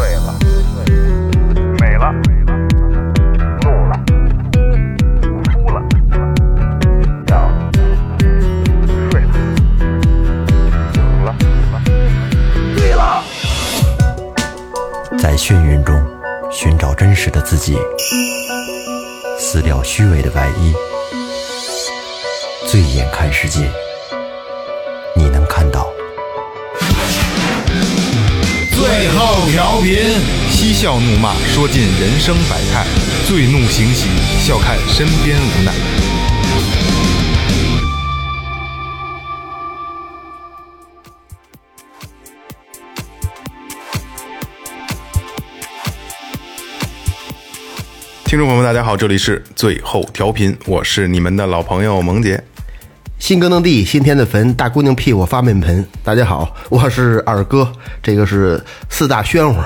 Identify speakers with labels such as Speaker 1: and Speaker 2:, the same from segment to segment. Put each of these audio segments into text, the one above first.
Speaker 1: 了，美了，怒了，哭了，笑了，睡了，醒了，醉了。
Speaker 2: 在眩晕中寻找真实的自己，撕掉虚伪的外衣，醉眼看世界，你能看到。
Speaker 3: 最后调频，嬉笑怒骂，说尽人生百态；醉怒行喜，笑看身边无奈。听众朋友们，大家好，这里是最后调频，我是你们的老朋友萌姐。
Speaker 4: 新耕能地，新填的坟，大姑娘屁股发面盆。大家好，我是二哥，这个是四大喧哗。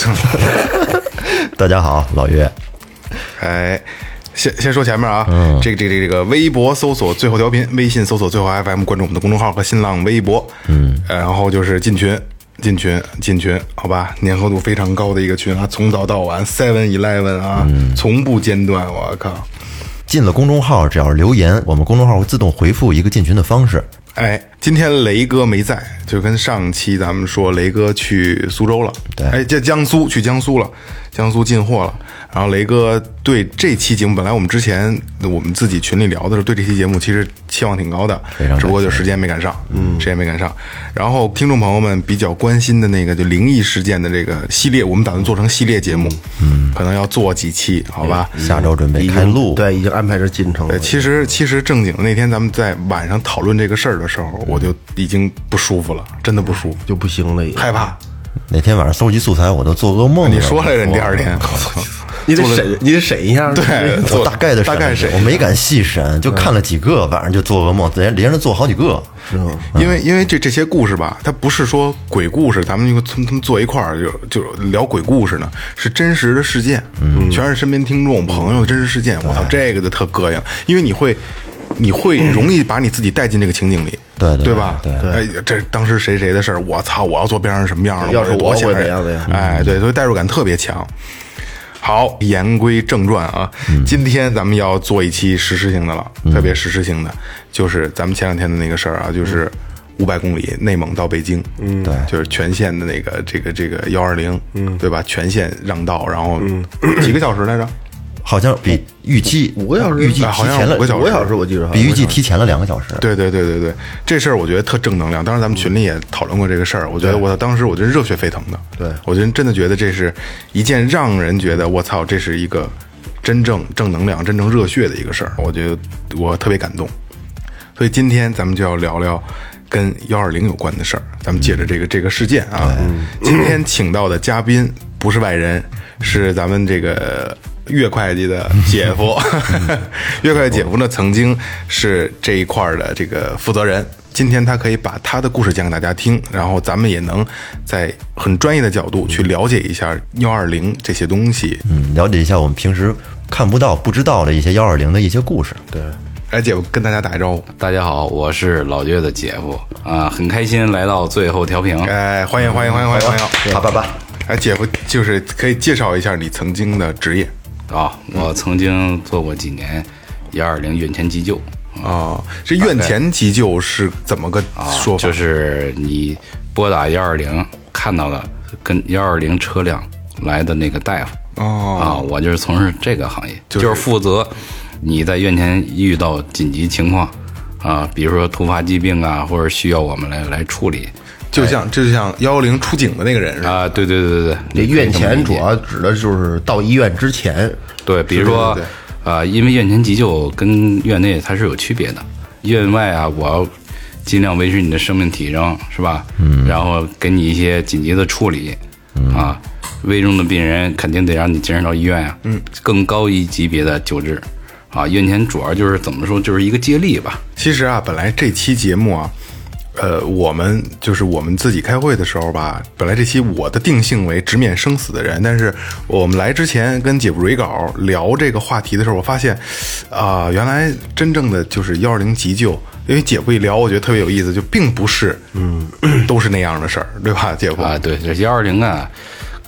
Speaker 2: 大家好，老岳。
Speaker 3: 哎，先说前面啊，这个微博搜索最后调频，微信搜索最后 FM， 关注我们的公众号和新浪微博。然后就是进群，好吧？粘合度非常高的一个群啊，从早到晚 7-Eleven 啊，从不间断。我靠！
Speaker 2: 进了公众号，只要留言，我们公众号会自动回复一个进群的方式。
Speaker 3: 哎，今天雷哥没在，就跟上期咱们说，雷哥去苏州了，
Speaker 2: 对，
Speaker 3: 哎，去江苏了，江苏进货了。然后雷哥对这期节目，本来我们之前我们自己群里聊的时候，对这期节目其实期望挺高的，只不过就时间没赶上，然后听众朋友们比较关心的那个就灵异事件的这个系列，我们打算做成系列节目，可能要做几期，好吧？
Speaker 2: 下周准备开录，
Speaker 4: 对，已经安排着进程了。
Speaker 3: 其实正经的那天咱们在晚上讨论这个事儿的时候，我就已经不舒服了，真的不舒服，
Speaker 4: 就不行了，
Speaker 3: 害怕。
Speaker 2: 那天晚上搜集素材，我都做噩梦了。
Speaker 3: 你说来着，第二天，
Speaker 4: 你得审一下，
Speaker 3: 对，
Speaker 2: 我大概审，我没敢细审，就看了几个，晚上就做噩梦，连着做好几个。
Speaker 3: 因为这些故事吧，它不是说鬼故事，咱们他们坐一块儿就聊鬼故事呢，是真实的事件，全是身边听众朋友的真实事件。我操，这个就特膈应，因为你会容易把你自己带进这个情景里，对吧？
Speaker 2: 对，
Speaker 3: 哎，这当时谁的事儿，我操，我要坐边上什么样的，
Speaker 4: 要是我
Speaker 3: 会
Speaker 4: 怎样的呀？
Speaker 3: 哎，对，所以代入感特别强。好，言归正传啊，今天咱们要做一期实施性的了，特别实施性的，就是咱们前两天的那个事儿啊，就是500公里内蒙到北京，
Speaker 2: 对，
Speaker 3: 就是全线的那个这个120，对吧？全线让道，然后几个小时来着？
Speaker 2: 好像比预计
Speaker 4: 5个小时，
Speaker 2: 预计提前了
Speaker 3: 5个小时，
Speaker 4: 我记得
Speaker 2: 比预计提前了2个小时。
Speaker 3: 对，这事儿我觉得特正能量。当时咱们群里也讨论过这个事儿，我觉得当时我觉得热血沸腾的。
Speaker 4: 对，
Speaker 3: 我真的觉得这是一件让人觉得我操，这是一个真正正能量、真正热血的一个事儿。我觉得我特别感动。所以今天咱们就要聊聊跟120有关的事儿。咱们借着这个事件啊，今天请到的嘉宾不是外人，是咱们这个岳会计的姐夫。岳会计姐夫呢，曾经是这一块的这个负责人。今天他可以把他的故事讲给大家听，然后咱们也能在很专业的角度去了解一下120这些东西，
Speaker 2: 了解一下我们平时看不到、不知道的一些120的一些故事。
Speaker 3: 对，哎，姐夫跟大家打一招呼。
Speaker 5: 大家好，我是老岳的姐夫啊，很开心来到最后调频。
Speaker 3: 哎，欢迎！
Speaker 2: 啪！
Speaker 3: 哎，姐夫就是可以介绍一下你曾经的职业。
Speaker 5: 我曾经做过几年120院前急救。
Speaker 3: 这院前急救是怎么个说法？
Speaker 5: 就是你拨打120看到的跟120车辆来的那个大夫。我就是从事这个行业，就是负责你在院前遇到紧急情况啊，比如说突发疾病啊，或者需要我们来处理。
Speaker 3: 就像110出警的那个人是吧？
Speaker 5: 啊，对。
Speaker 4: 这院前主要指的就是到医院之前。
Speaker 5: 对，比如说因为院前急救跟院内它是有区别的。院外啊，我要尽量维持你的生命体征，是吧？然后给你一些紧急的处理。危重的病人肯定得让你进入到医院啊。更高一级别的救治。院前主要就是怎么说，就是一个接力吧。
Speaker 3: 其实啊，本来这期节目啊。我们自己开会的时候吧，本来这期我的定性为直面生死的人，但是我们来之前跟姐夫蕊稿聊这个话题的时候，我发现原来真正的就是120急救，因为姐夫一聊，我觉得特别有意思，就并不是都是那样的事儿，对吧，姐夫？
Speaker 5: 对，这120啊，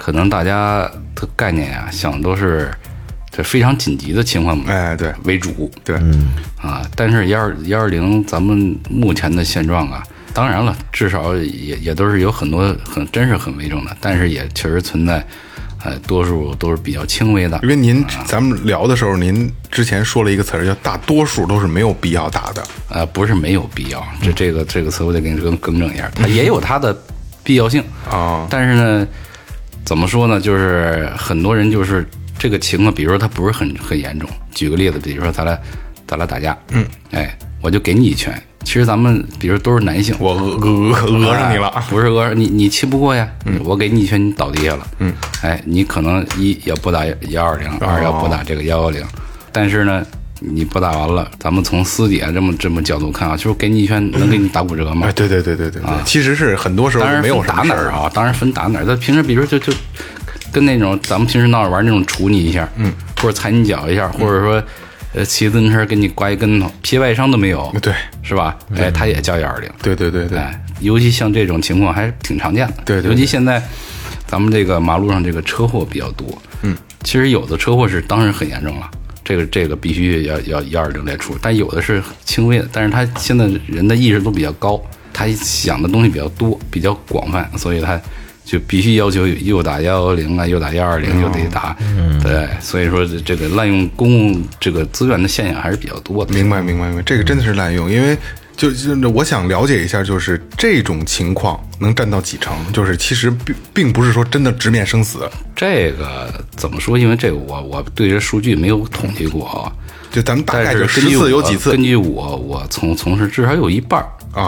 Speaker 5: 可能大家的概念呀，想的都是这非常紧急的情况
Speaker 3: 对
Speaker 5: 为主，
Speaker 3: 对，
Speaker 5: 但是120咱们目前的现状啊，当然了，至少也都是有很多真是很危重的，但是也确实存在，多数都是比较轻微的。
Speaker 3: 因为咱们聊的时候，您之前说了一个词儿叫大多数都是没有必要打的，
Speaker 5: 不是没有必要，这个词我得给你更正一下，它也有它的必要性
Speaker 3: 啊，
Speaker 5: 但是呢，怎么说呢？就是很多人就是这个情况，比如说他不是很严重。举个例子，比如说咱俩打架，我就给你一拳。其实咱们比如都是男性，
Speaker 3: 我讹上你了，
Speaker 5: 不是讹你气不过呀，我给你一拳，你倒地下了，你可能一要不打120，二要不打这个110，但是呢。你不打完了，咱们从私底下这么角度看啊，就是给你一拳能给你打骨折吗？
Speaker 3: 对，其实是很多时候没有什么事儿
Speaker 5: 啊，当然分打哪儿。他平时比如说就跟那种咱们平时闹着玩那种杵你一下，或者踩你脚一下，或者说骑自行车给你刮一跟头，皮外伤都没有，
Speaker 3: 对，
Speaker 5: 是吧？他也叫120，
Speaker 3: 对，
Speaker 5: 尤其像这种情况还是挺常见的，
Speaker 3: 对，
Speaker 5: 尤其现在咱们这个马路上这个车祸比较多，其实有的车祸是当然很严重了。这个必须要120来处，但有的是轻微的，但是他现在人的意识都比较高，他想的东西比较多，比较广泛，所以他就必须要求又打110啊，又打120，又得打，对，所以说这个滥用公共这个资源的现象还是比较多的。
Speaker 3: 明白，这个真的是滥用，因为就是我想了解一下，就是这种情况能占到几成？就是其实并不是说真的直面生死。
Speaker 5: 这个怎么说？因为这个我对这数据没有统计过啊。
Speaker 3: 就咱们大概就
Speaker 5: 10
Speaker 3: 次有几次？
Speaker 5: 根据我从事至少有一半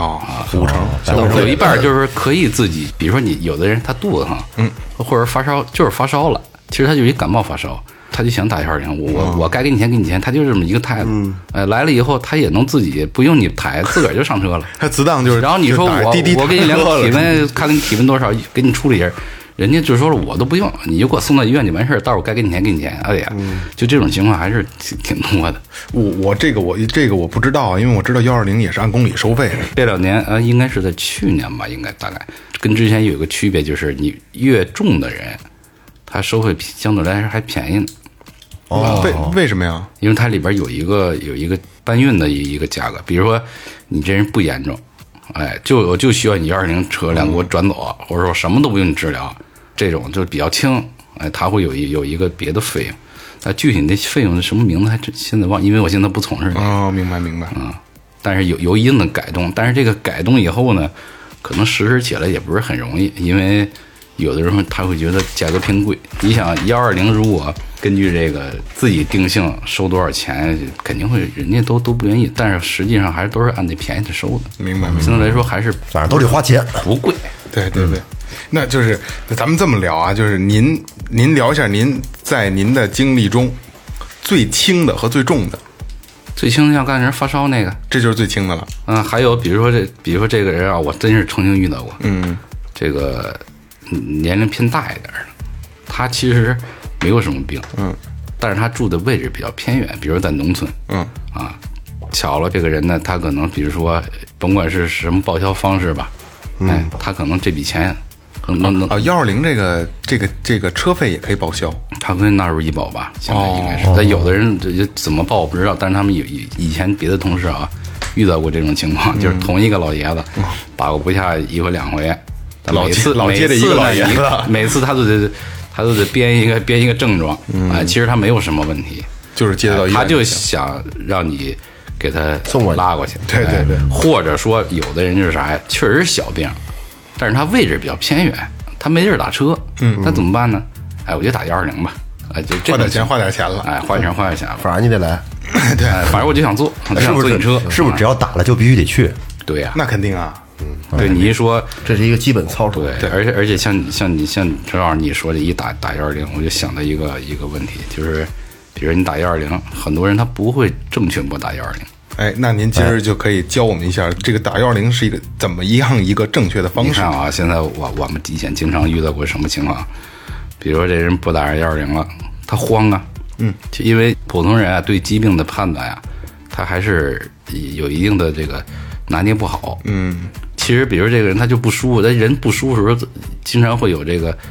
Speaker 3: 5成，
Speaker 5: 有一半就是可以自己，比如说你有的人他肚子疼，或者发烧，就是发烧了，其实他就是一感冒发烧。他就想打120，我该给你钱给你钱，他就这么一个态度。来了以后他也能自己不用你抬，自个儿就上车了。
Speaker 3: 他自当就是，
Speaker 5: 然后你说我给你量体温，看你体温多少，给你处理一下，人家就说了我都不用，你就给我送到医院就完事儿，到时候该给你钱给你钱。哎呀，就这种情况还是挺多的。
Speaker 3: 我这个我不知道啊，因为我知道120也是按公里收费的。
Speaker 5: 这2年应该是在去年吧，应该大概跟之前有一个区别，就是你越重的人，他收费相对来说还便宜呢。
Speaker 3: 为什么呀？
Speaker 5: 因为它里边有一个搬运的一个价格，比如说你这人不严重，我就需要你120车辆给我转走，或者说什么都不用你治疗，这种就比较轻，它会有一个别的费用，具体的费用是什么名字还现在忘，因为我现在不从事。
Speaker 3: 明白
Speaker 5: 但是有一定的改动，但是这个改动以后呢，可能实施起来也不是很容易，因为有的人他会觉得价格偏贵。你想120如果根据这个自己定性收多少钱，肯定会人家都不愿意，但是实际上还是都是按那便宜的收的。
Speaker 3: 明白。
Speaker 5: 相对来说还是
Speaker 4: 反正都得花钱，
Speaker 5: 不贵。
Speaker 3: 对。那就是咱们这么聊啊，就是您聊一下您在您的经历中最轻的和最重的。
Speaker 5: 最轻的像刚才人发烧那个，
Speaker 3: 这就是最轻的了。
Speaker 5: 还有比如说这个人啊，我真是曾经遇到过。这个年龄偏大一点的，他其实没有什么病，但是他住的位置比较偏远，比如在农村，巧了这个人呢，他可能比如说甭管是什么报销方式吧，他可能这笔钱能
Speaker 3: 120这个车费也可以报销，
Speaker 5: 他可以纳入医保吧，现在应该是。但有的人怎么报我不知道，但是他们以前别的同事啊遇到过这种情况，就是同一个老爷子打过不下1回2回，
Speaker 3: 老接的一个老爷子，
Speaker 5: 每次他都得编一个症状，其实他没有什么问题，
Speaker 3: 就是接到医院，
Speaker 5: 他就想让你给他
Speaker 4: 送过
Speaker 5: 拉过去，
Speaker 3: 对，
Speaker 5: 或者说有的人就是啥呀，确实是小病，但是他位置比较偏远，他没地儿打车，那怎么办呢？我就打120吧，就这
Speaker 3: 花点钱了，
Speaker 5: 花点钱了，
Speaker 4: 反正你得来，
Speaker 3: 对，
Speaker 5: 反正我就想坐，坐你车，
Speaker 4: 是不是只要打了就必须得去？
Speaker 5: 对呀，
Speaker 3: 那肯定啊。
Speaker 5: 对你一说，
Speaker 4: 这是一个基本操守。
Speaker 5: 对，而且像正好你说的一打120，我就想到一个问题，就是比如你打120，很多人他不会正确拨打120。
Speaker 3: 那您今儿就可以教我们一下，这个打120是一个怎么样一个正确的方式？
Speaker 5: 你看啊，现在我们以前经常遇到过什么情况？比如说这人不打120了，他慌啊，就因为普通人啊对疾病的判断啊，他还是有一定的这个拿捏不好，其实比如这个人他就不舒服，他人不舒服的时候，经常会有这个，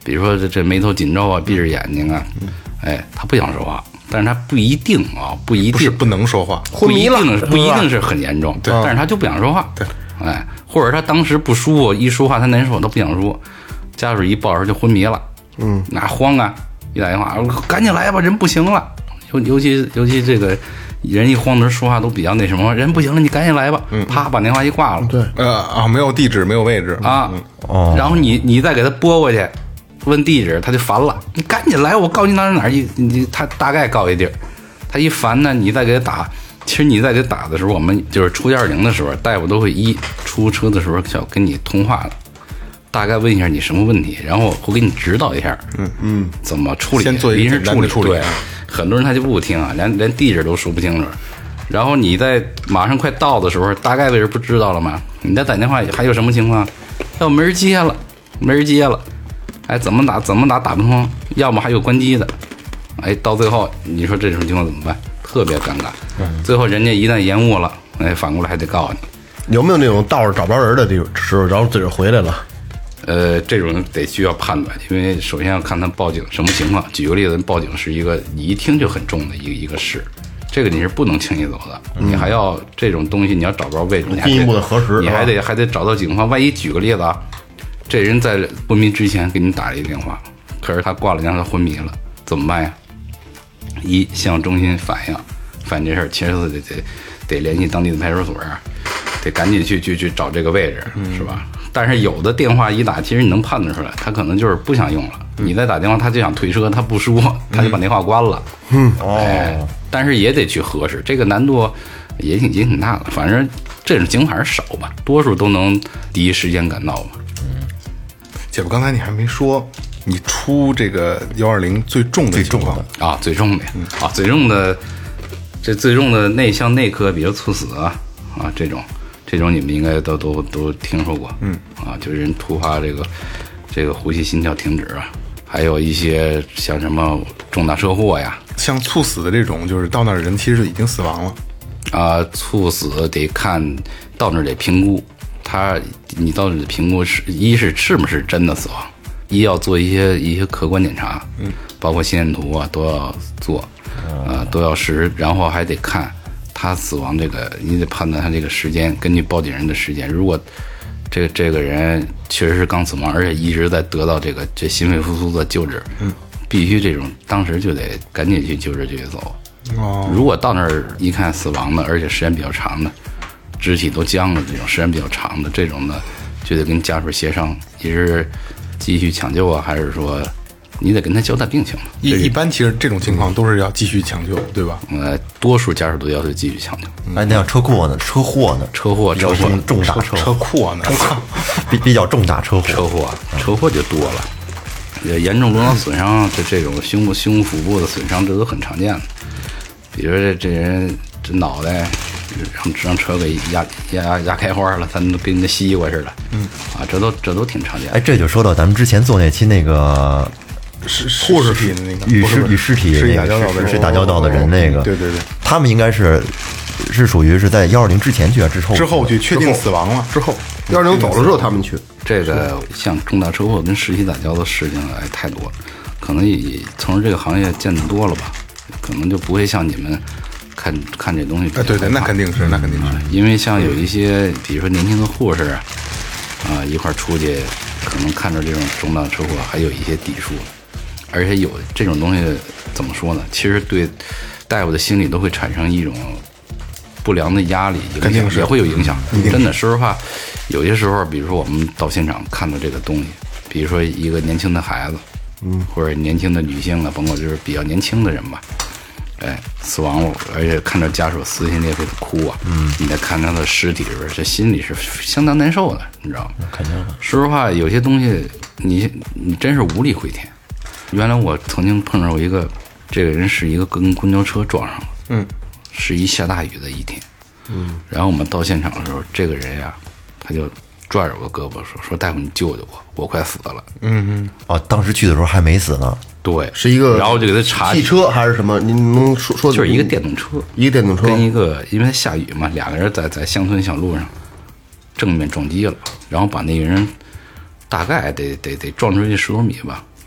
Speaker 5: 比如说这眉头紧皱啊，闭着眼睛啊，哎，他不想说话，但是他不一定啊，不一定
Speaker 3: 不能说话，
Speaker 5: 不一定是很严重，
Speaker 3: 对，
Speaker 5: 但是他就不想说话，
Speaker 3: 对，
Speaker 5: 哎，或者他当时不舒服，一说话他难受，他不想说，家属一抱着就昏迷了，那慌啊，一打电话赶紧来吧，人不行了，尤其这个人一慌的说话都比较那什么，人不行了，你赶紧来吧，啪把电话一挂了，
Speaker 4: 对，
Speaker 3: 没有地址，没有位置
Speaker 5: 啊，然后你再给他拨过去。问地址他就烦了，你赶紧来，我告诉你哪儿，他大概告一地儿，他一烦呢，你再给他打。其实你在给他打的时候，我们就是出120的时候，大夫都会出车的时候想跟你通话的，大概问一下你什么问题，然后我给你指导一下，怎么处理，
Speaker 3: 先做一个
Speaker 5: 临时处理。对，很多人他就不听啊，连地址都说不清楚。然后你在马上快到的时候，大概位置不知道了吗？你再打电话还有什么情况？要没人接了。哎，怎么打打不通，要么还有关机的，哎，到最后你说这种情况怎么办？特别尴尬。最后人家一旦延误了，哎，反过来还得告你。
Speaker 4: 有没有那种道上找不着人的这种时候，然后自己回来了？
Speaker 5: 这种得需要判断，因为首先要看他报警什么情况。举个例子，报警是一个你一听就很重的一个事，这个你是不能轻易走的，你还要这种东西，你要找不着位置，
Speaker 4: 进一步的核实，
Speaker 5: 你还得找到警方。万一举个例子啊。这人在昏迷之前给你打了一电话，可是他挂了，让他昏迷了，怎么办呀？向中心反映这事儿，其实得联系当地的派出所啊，得赶紧去找这个位置，是吧？但是有的电话一打，其实你能判断出来，他可能就是不想用了。你再打电话，他就想退车，他不说，他就把电话关了。哎，但是也得去核实，这个难度也挺大的。反正这种情况还是少吧，多数都能第一时间赶到吧。
Speaker 3: 姐夫，刚才你还没说你出这个120最重的情况
Speaker 5: 啊，最重的啊，最重的像内科，比如猝死啊这种你们应该都听说过，就是人突发这个呼吸心跳停止啊，还有一些像什么重大车祸呀，
Speaker 3: 像猝死的这种，就是到那儿人其实已经死亡了
Speaker 5: 啊，猝死得看到那儿得评估。你到底的评估是不是真的死亡？要做一些客观检查，包括心电图啊都要做，都要实，然后还得看他死亡这个，你得判断他这个时间，根据报警人的时间，如果这个人确实是刚死亡，而且一直在得到这心肺复苏的救治，必须这种当时就得赶紧去救治就得走。如果到那儿一看死亡的，而且时间比较长的。肢体都僵了，这种时间比较长的这种呢，就得跟家属协商，也是继续抢救啊，还是说你得跟他交代病情嘛？
Speaker 3: 一般其实这种情况都是要继续抢救，对吧？
Speaker 5: 多数家属都要求继续抢救。
Speaker 2: 哎，那要车祸呢？车祸重大
Speaker 3: 车祸呢？
Speaker 2: 比较重大车
Speaker 5: 祸就多了。严重颅脑损伤这种胸部腹部的损伤，这都很常见的。比如说这人这脑袋。让车给压开花了，咱都跟那西瓜似的，这都挺常见的。
Speaker 2: 哎，这就说到咱们之前做那期那个
Speaker 3: 护士体的那个
Speaker 2: 与尸体是打交道的人那个，
Speaker 3: 对，
Speaker 2: 他们应该是属于是在120之前去啊，之后
Speaker 3: 去确定死亡了之后
Speaker 4: ，120走了之后他们去。
Speaker 5: 这个像重大车祸跟尸体打交道的事情太多了，可能也从事这个行业见得多了吧，可能就不会像你们。看这东西，
Speaker 3: 对，那肯定是，
Speaker 5: 因为像有一些，比如说年轻的护士一块出去，可能看着这种重大车祸还有一些抵触，而且有这种东西怎么说呢？其实对大夫的心理都会产生一种不良的压力，
Speaker 3: 肯定是
Speaker 5: 也会有影响。真的，说实话，有些时候，比如说我们到现场看到这个东西，比如说一个年轻的孩子，或者年轻的女性啊，甭管就是比较年轻的人吧。哎，死亡了，而且看着家属撕心裂肺的哭啊，你再看他的尸体时候，这心里是相当难受的，你知道吗？
Speaker 2: 肯定的。
Speaker 5: 说实话，有些东西你真是无力回天。原来我曾经碰到过一个，这个人是一个跟公交车撞上了，是一下大雨的一天，然后我们到现场的时候，这个人呀，他就拽着我胳膊说大夫你救救我快死了。
Speaker 2: 当时去的时候还没死呢。
Speaker 5: 对，
Speaker 4: 是一个，
Speaker 5: 然后就给他查
Speaker 4: 汽车还是什么？您能说
Speaker 5: 就是一个电动车，跟一个，因为下雨嘛，两个人在乡村小路上正面撞击了，然后把那个人大概得撞出去10多米吧，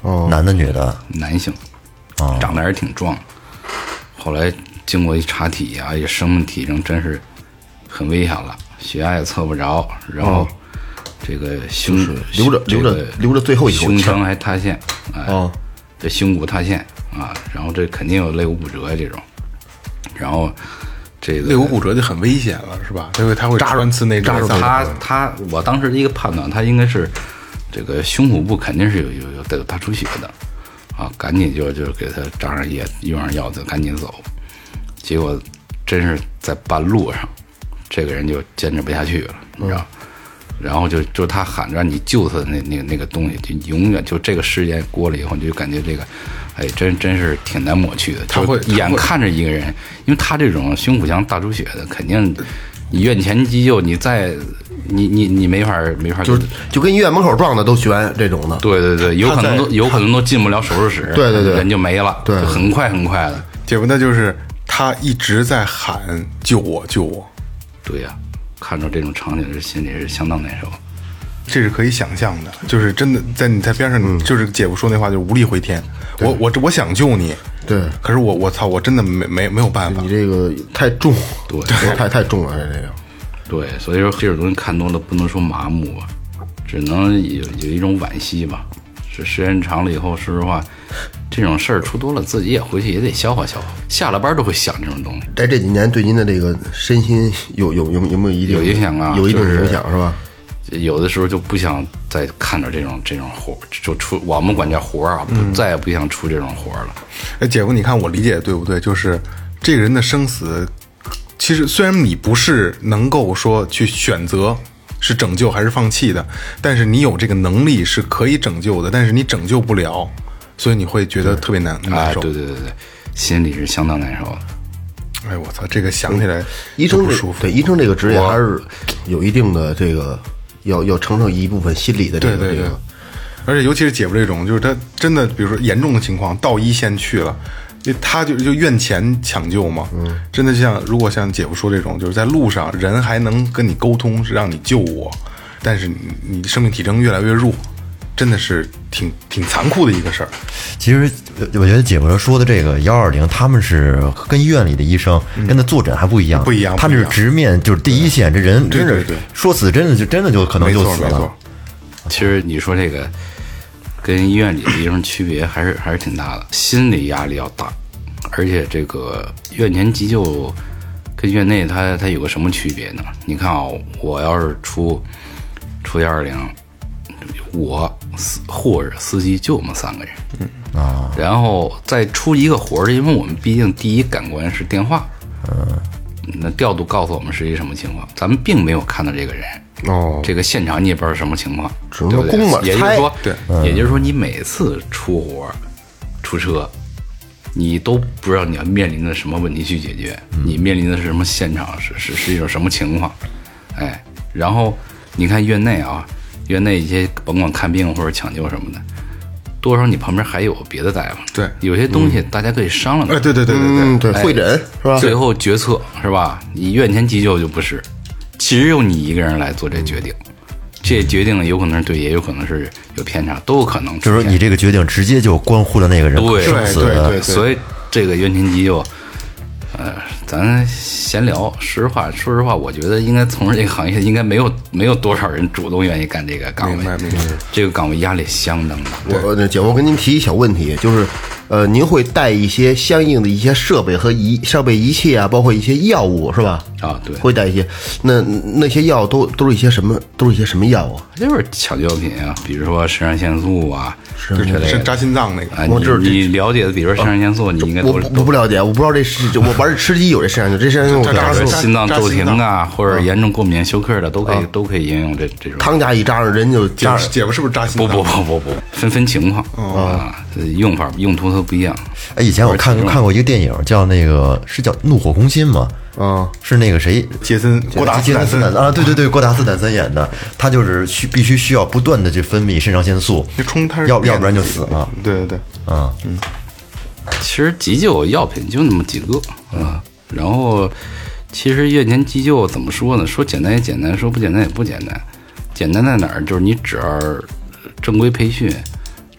Speaker 2: 男的女的？
Speaker 5: 男性，长得还是挺壮。后来经过一查体啊，也生命体征真是很危险了，血压也测不着，然后这个胸
Speaker 4: 留着最后一口气，
Speaker 5: 胸腔还塌陷，这胸骨塌陷啊，然后这肯定有肋骨骨折这种，然后这个
Speaker 3: 肋骨骨折就很危险了，是吧？它会穿刺内脏。
Speaker 5: 我当时的一个判断，他应该是这个胸腹部肯定是有大出血的啊，赶紧就给他扎上液，用上药就赶紧走。结果真是在半路上，这个人就坚持不下去了，你知道。然后就他喊着让你救他的那个东西，就永远就这个时间过了以后，你就感觉这个，哎，真是挺难抹去的。他会眼看着一个人，因为他这种胸腹腔大出血的，肯定你院前急救，你没法，
Speaker 4: 就跟医院门口撞的都悬这种的。
Speaker 5: 对，有可能都进不了手术室，
Speaker 4: 对，
Speaker 5: 人就没了，
Speaker 4: 对，
Speaker 5: 就很快的。
Speaker 3: 姐夫，那就是他一直在喊救我。
Speaker 5: 对呀。看着这种场景，是心里是相当难受，
Speaker 3: 这是可以想象的。就是真的，你在边上，就是姐夫说那话，就是无力回天。我想救你，
Speaker 4: 对，
Speaker 3: 可是我操，我真的没有办法。
Speaker 4: 你这个太重，
Speaker 5: 对，
Speaker 4: 太重了，这个。
Speaker 5: 对，所以说这种东西看多了，不能说麻木吧，只能有一种惋惜吧。是时间长了以后，说实话，这种事儿出多了，自己也回去也得消化消化。下了班都会想这种东西。
Speaker 4: 在这几年对您的这个身心有没有一定
Speaker 5: 有影响啊？
Speaker 4: 有一定影响是吧？
Speaker 5: 有的时候就不想再看着这种活，就出我们管叫活啊，再也不想出这种活了。
Speaker 3: 哎，姐夫，你看我理解对不对？就是这个人的生死，其实虽然你不是能够说去选择是拯救还是放弃的，但是你有这个能力是可以拯救的，但是你拯救不了，所以你会觉得特别难受。
Speaker 5: 对，心里是相当难受的。
Speaker 3: 哎，我操，这个想起来
Speaker 4: 医生
Speaker 3: 不舒服。
Speaker 4: 对，医生这个职业还是有一定的这个要承受一部分心理的这个。
Speaker 3: 对，而且尤其是姐夫这种，就是他真的，比如说严重的情况，到一线去了。因为他就院前抢救嘛，真的如果像姐夫说这种，就是在路上人还能跟你沟通，是让你救我，但是你生命体征越来越弱，真的是挺残酷的一个事儿。
Speaker 2: 其实我觉得姐夫说的这个120，他们是跟医院里的医生跟他坐诊还不一样，他这是直面就是第一线，这人真是说死真的就可能就死了。
Speaker 5: 其实你说这个。跟医院里的医生区别还是挺大的，心理压力要大，而且这个院前急救跟院内它有个什么区别呢？你看啊，我要是出120，我或者司机就我们3个人，然后再出一个活儿，因为我们毕竟第一感官是电话，那调度告诉我们是一什么情况，咱们并没有看到这个人。这个现场你也不知道什么情况，
Speaker 4: 只能估摸。
Speaker 5: 也就是说，你每次出活、出车，你都不知道你要面临的什么问题去解决，你面临的是什么现场，是一种什么情况，哎，然后你看院内一些甭管看病或者抢救什么的，多少你旁边还有别的大夫，
Speaker 3: 对，
Speaker 5: 有些东西大家可以商量。
Speaker 3: 对，
Speaker 4: 会诊是吧？
Speaker 5: 最后决策是吧？你院前急救就不是。只有你一个人来做这决定，这决定有可能是对，也有可能是有偏差，都有可能。
Speaker 2: 就是说，你这个决定直接就关乎了那个人生死。
Speaker 3: 对，
Speaker 5: 所以这个院前急救，咱闲聊。说实话，我觉得应该从事这个行业，应该没有多少人主动愿意干这个岗位。
Speaker 3: 明白。
Speaker 5: 这个岗位压力相当大。
Speaker 4: 姐夫，我跟您提一小问题，就是您会带一些相应的一些设备和设备仪器啊，包括一些药物是吧？
Speaker 5: 对，
Speaker 4: 会带一些。那些药都是一些什么？都是一些什么药啊？
Speaker 5: 就是抢救品啊，比如说肾上腺素啊，
Speaker 3: 是扎心脏那
Speaker 5: 个。你了解的，比如说肾上腺素，你应该
Speaker 4: 我不了解，我不知道我玩吃鸡有这肾上腺素，这肾上腺素
Speaker 5: 扎心脏骤停啊，或者严重过敏休克的，都可以应用这种。
Speaker 4: 汤家一扎上人就扎。
Speaker 3: 姐夫是不是扎心脏？
Speaker 5: 不，分情况用法用途都不一样。
Speaker 2: 哎，以前我看过一个电影，叫那个是叫《怒火攻心》吗？是那个谁，
Speaker 3: 郭达斯坦森
Speaker 2: 啊，对，郭达斯坦森演的，他就是必须需要不断的去分泌肾上腺素，要不然就死了。
Speaker 3: 对，
Speaker 5: 其实急救药品就那么几个然后其实院前急救怎么说呢？说简单也简单，说不简单也不简单。简单在哪儿？就是你只要正规培训，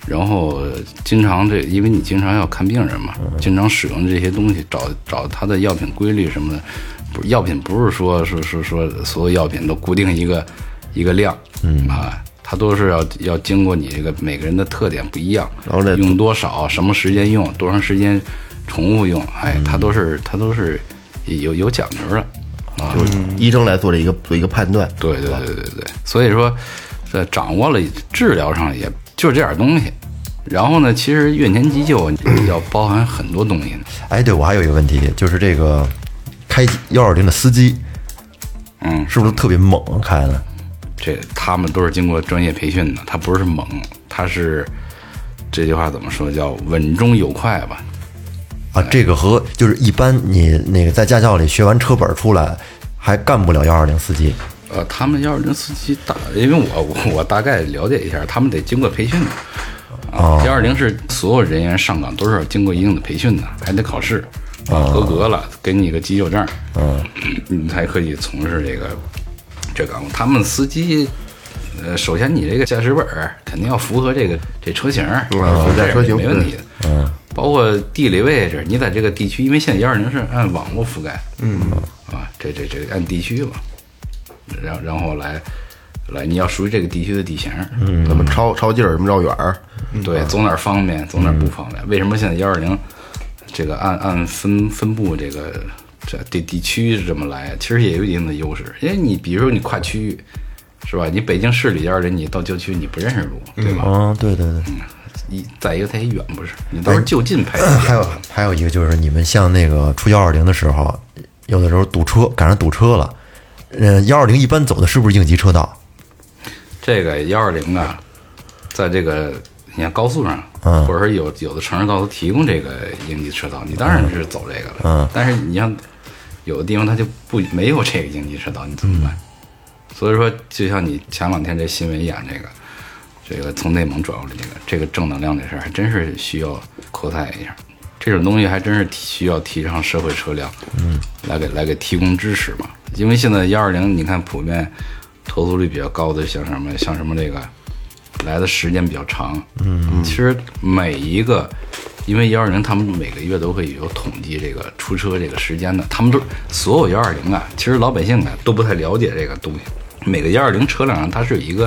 Speaker 5: 然后经常因为你经常要看病人嘛，经常使用这些东西，找它的药品规律什么的。不是药品，不是说所有药品都固定一个量，它都是要经过你这个每个人的特点不一样，然后用多少，什么时间用，多长时间重复用，它都是有讲究的啊，
Speaker 4: 就是医生来做一个判断。
Speaker 5: 对，所以说掌握了治疗上也就是这点东西。然后呢，其实院前急救要包含很多东西。
Speaker 2: 哎，对，我还有一个问题，就是这个开120的司机，是不是特别猛开的？
Speaker 5: 他们都是经过专业培训的，他不是猛，他是这句话怎么说，叫稳中有快吧。
Speaker 2: 啊，这个和就是一般你那个在驾校里学完车本出来，还干不了120司机。
Speaker 5: 他们120司机因为我大概了解一下，他们得经过培训的。120是所有人员上岗都是要经过一定的培训的，还得考试，合格了给你个急救证，你才可以从事这岗务。他们司机，首先你这个驾驶本肯定要符合这车型，
Speaker 4: 车型
Speaker 5: 没问题的。包括地理位置，你在这个地区，因为现在120是按网络覆盖，这按地区吧，然后来，你要属于这个地区的地形，
Speaker 4: 怎么抄近儿，怎么绕远儿，
Speaker 5: 对，走哪儿方便，走哪儿不方便。为什么现在120这个按分布这地区是这么来？其实也有一定的优势，因为你比如说你跨区域，是吧？你北京市里120，你到郊区你不认识路，对吧？
Speaker 2: 对。
Speaker 5: 再一个它也远，不是？你都是就近排。
Speaker 2: 还有一个就是你们像那个出120的时候，有的时候堵车，赶上堵车了。120一般走的是不是应急车道？
Speaker 5: 这个120啊，在这个你看高速上，或者说有的城市高速提供这个应急车道，你当然是走这个了。但是你像有的地方它就没有这个应急车道，你怎么办？所以说，就像你前两天这新闻演这个从内蒙转过来这个正能量这事儿，还真是需要扩散一下。这种东西还真是需要提倡社会车辆，来给提供支持嘛。因为现在120，你看普遍投诉率比较高的，像什么这个来的时间比较长，其实每一个，因为120他们每个月都会有统计这个出车这个时间的，他们都所有120啊，其实老百姓啊都不太了解这个东西。每个120车辆上它是有一个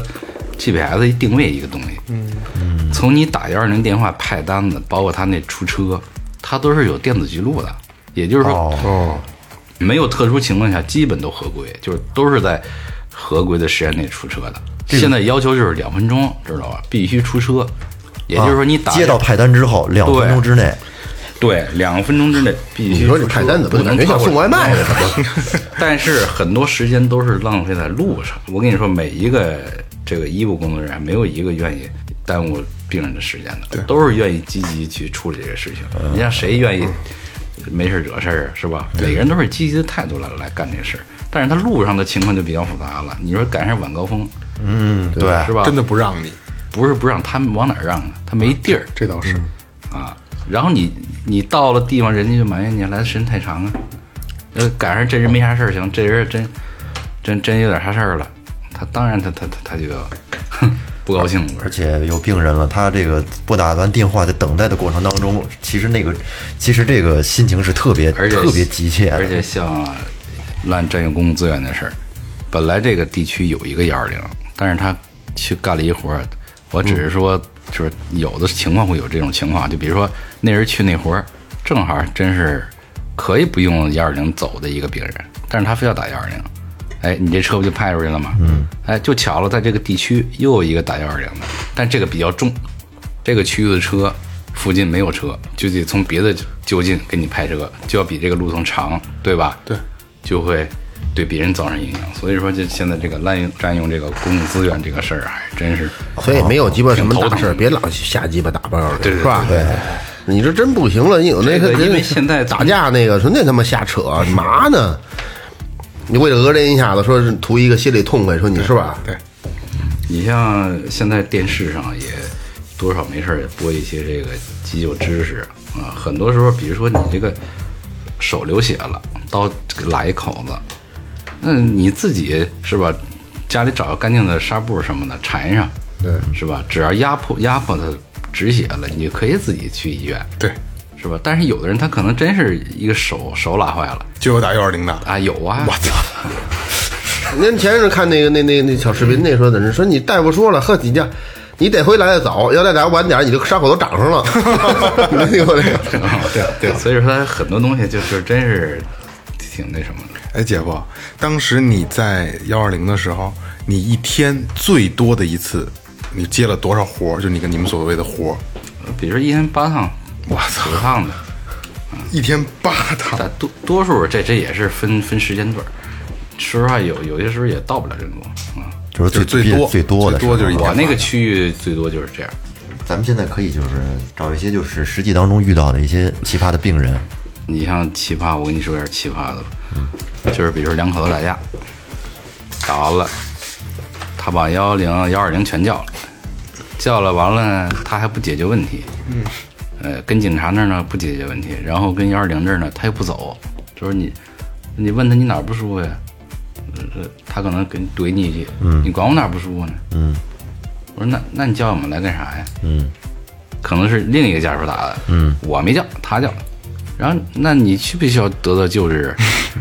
Speaker 5: GPS 定位一个东西，从你打120电话派单子，包括他那出车，它都是有电子记录的，也就是说，没有特殊情况下基本都合规，就是都是在合规的时间内出车的。现在要求就是2分钟，知道吧？必须出车，也就是说你打
Speaker 2: 接到派单之后2分钟之内。
Speaker 5: 对，2分钟之内必须。
Speaker 4: 你说这派单怎么感觉像送外卖的？
Speaker 5: 但是很多时间都是浪费在路上。我跟你说，每一个这个医务工作人员没有一个愿意耽误病人的时间的，都是愿意积极去处理这个事情。你像谁愿意没事惹事儿，是吧？每个人都是积极的态度来干这事儿。但是他路上的情况就比较复杂了。你说赶上晚高峰，
Speaker 2: 对，
Speaker 5: 是吧？
Speaker 3: 真的不让你，
Speaker 5: 不是不让，他们往哪儿让啊？他没地儿。
Speaker 3: 这倒是
Speaker 5: 啊。然后你到了地方，人家就埋怨你来的时间太长啊。赶上这人没啥事儿行，这人真有点啥事儿了，他当然他就要不高兴了。
Speaker 2: 而且有病人了，他这个拨打完电话在等待的过程当中，其实这个心情是特别急切的。
Speaker 5: 而且像滥占用公共资源的事儿，本来这个地区有一个120，但是他去干了一活儿，我只是说。就是有的情况会有这种情况，就比如说那人去那活儿，正好真是可以不用120走的一个病人，但是他非要打120，哎，你这车不就派出去了吗？哎，就巧了，在这个地区又有一个打120的，但这个比较重，这个区域的车附近没有车，就得从别的就近给你派车，就要比这个路程长，对吧？对，就会对别人造成影响。所以说，这现在这个占用这个公共资源这个事儿，还真是，
Speaker 4: 所以没有鸡巴什么大事，别老瞎鸡巴打包，
Speaker 5: 对，
Speaker 4: 是吧？对，你这真不行了。你有那个，
Speaker 5: 因为现在
Speaker 4: 打架那个说那他妈瞎扯，嘛呢？你为了讹人一下子，说是图一个心里痛快，说你是吧？
Speaker 3: 对，
Speaker 5: 你像现在电视上也多少没事也播一些这个急救知识啊，很多时候，比如说你这个手流血了，刀拉一口子。那你自己是吧？家里找个干净的纱布什么的缠上，对，是吧？只要压迫它止血了，你就可以自己去医院，
Speaker 3: 对，
Speaker 5: 是吧？但是有的人他可能真是一个手拉坏了，
Speaker 3: 就有打120的
Speaker 5: 啊，有啊，
Speaker 3: 我操！
Speaker 4: 您前阵看那小视频，那说的人说你大夫说了，呵，你得回来的早，要再来晚点，你这伤口都长上了。没听过这个？
Speaker 5: 对，所以说他很多东西就是真是挺那什么的。
Speaker 3: 哎，姐夫，当时你在120的时候，你一天最多的一次，你接了多少活？就你跟你们所谓的活？
Speaker 5: 比如说一天8趟，
Speaker 3: 我操
Speaker 5: ，9趟的，
Speaker 3: 一天8趟。
Speaker 5: 但多数这也是分时间段。说实话，有些时候也到不了这么多啊。
Speaker 2: 就是最多的
Speaker 3: 就是
Speaker 5: 我那个区域最多就是这样。
Speaker 2: 咱们现在可以就是找一些就是实际当中遇到的一些奇葩的病人。
Speaker 5: 你像奇葩，我跟你说点奇葩的吧，就是比如说两口子打架，打完了，他把110、120全叫了，完了他还不解决问题，跟警察那儿呢不解决问题，然后跟120这儿呢他又不走，就是你问他你哪儿不舒服呀？他可能给你怼你一句，你管我哪儿不舒服呢？我说那你叫我们来干啥呀？可能是另一个家属打的，我没叫，他叫，然后那你需不需要得到救治？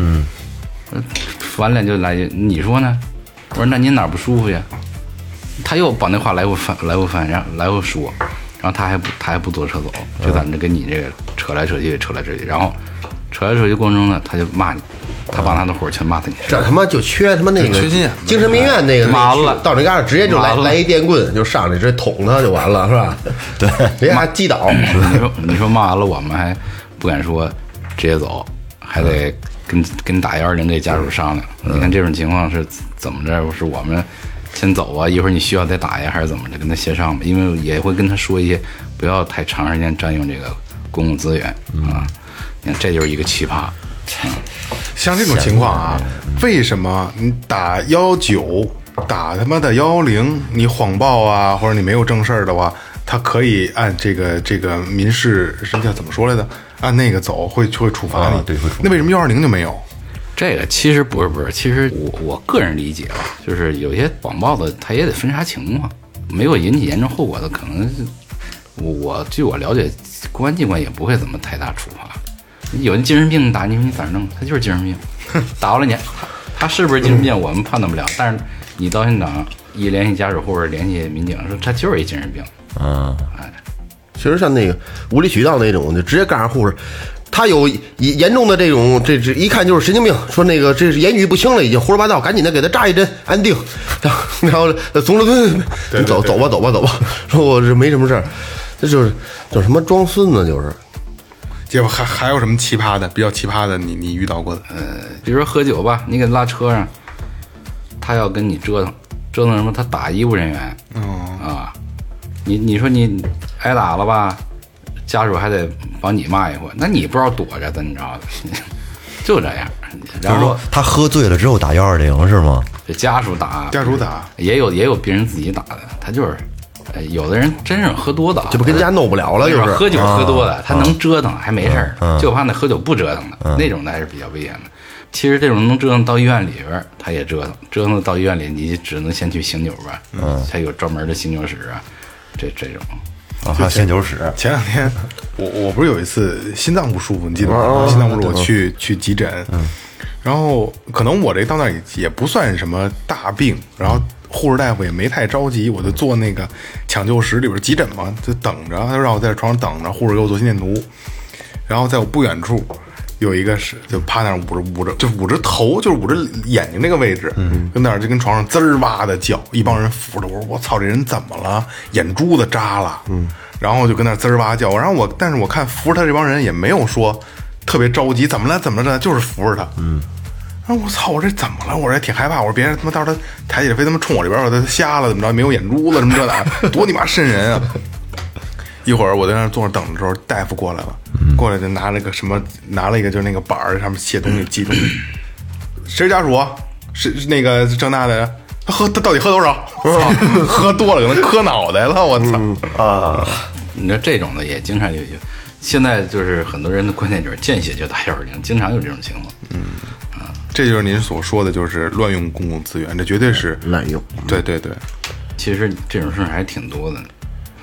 Speaker 5: 完了就来，你说呢？我说那您哪儿不舒服呀？他又把那话来回翻，然后来回说，然后他还不坐车走，就在那跟你这个扯来扯去，然后扯来扯去过程中呢，他就骂你。他把他的火全骂他，
Speaker 4: 这他妈就缺他妈那个
Speaker 3: 缺心眼
Speaker 4: 精神病院那个
Speaker 5: 完了，
Speaker 4: 到那嘎达直接就来一电棍就上来直接捅他就完了是吧？对，别还击倒。
Speaker 5: 你说骂完了，我们还不敢说直接走，还得跟打120这家属商量。你看这种情况是怎么着？是我们先走啊？一会儿你需要再打呀，还是怎么着？跟他协商吧，因为也会跟他说一些不要太长时间占用这个公共资源啊。你看这就是一个奇葩。
Speaker 3: 像这种情况啊，为什么你打119，打他妈的110，你谎报啊，或者你没有正事儿的话，他可以按这个民事是叫怎么说来的？按那个走会处罚你。
Speaker 2: 对，会处罚。
Speaker 3: 那为什么120就没有？
Speaker 5: 这个其实不是，其实我个人理解啊，就是有些谎报的他也得分啥情况，没有引起严重后果的，可能据我了解，公安机关也不会怎么太大处罚。有人精神病打你，你咋弄？他就是精神病，打完了他是不是精神病，我们判断不了。但是你到现场一联系家属或者联系民警，说他就是一精神病。
Speaker 4: 其实像那个无理取闹那种，就直接告诉护士，他有严重的这种，这一看就是神经病。说那个这是言语不清了，已经胡说八道，赶紧的给他扎一针安定。然后怂了，你走吧。说我这没什么事儿，这就是叫什么装孙子，就是。
Speaker 3: 结果还有什么奇葩的？比较奇葩的，你遇到过的？
Speaker 5: 比如说喝酒吧，你给他拉车上，他要跟你折腾什么？他打医务人员，你说你挨打了吧，家属还得帮你骂一回，那你不知道躲着怎么着的，就这样。然后
Speaker 2: 他喝醉了之后打120是吗？
Speaker 5: 这家属打，也有病人自己打的，他就是。有的人真是喝多的，
Speaker 4: 这不跟家弄不了了，就是
Speaker 5: 喝酒喝多的，他能折腾还没事儿，就怕那喝酒不折腾的那种的还是比较危险的。其实这种能折腾到医院里边，他也折腾到医院里，你只能先去醒酒吧，才有专门的醒酒室啊，这种
Speaker 2: 还有醒酒室。
Speaker 3: 前两天我不是有一次心脏不舒服，你记得吗？心脏不舒服，我去急诊，然后可能我这到那也不算什么大病，然后。护士大夫也没太着急，我就坐那个抢救室里边急诊嘛，就等着，他就让我在床上等着，护士给我做心电图，然后在我不远处有一个是就趴那儿捂着头，就是捂着眼睛那个位置，跟那儿就跟床上滋儿哇的叫，一帮人扶着我说我操这人怎么了？眼珠子扎了，然后就跟那儿滋儿哇叫，然后但是我看扶着他这帮人也没有说特别着急，怎么了，就是扶着他，然后我操！我这怎么了？我这挺害怕。我说别人他妈到时候他抬起来非他妈冲我这边，我他瞎了怎么着？没有眼珠子什么这的，多你妈瘆人啊！一会儿我在那坐着等的时候，大夫过来了，过来就拿了一个就是那个板儿，上面写东西记东西。谁是家属？是那个郑大的人。他到底喝多少？喝多了可能磕脑袋了。我操！
Speaker 5: 你说这种的也经常有。现在就是很多人的观点就是见血就打120，经常有这种情况。
Speaker 3: 这就是您所说的，就是乱用公共资源，这绝对是
Speaker 4: 滥用。
Speaker 3: 对，
Speaker 5: 其实这种事还挺多的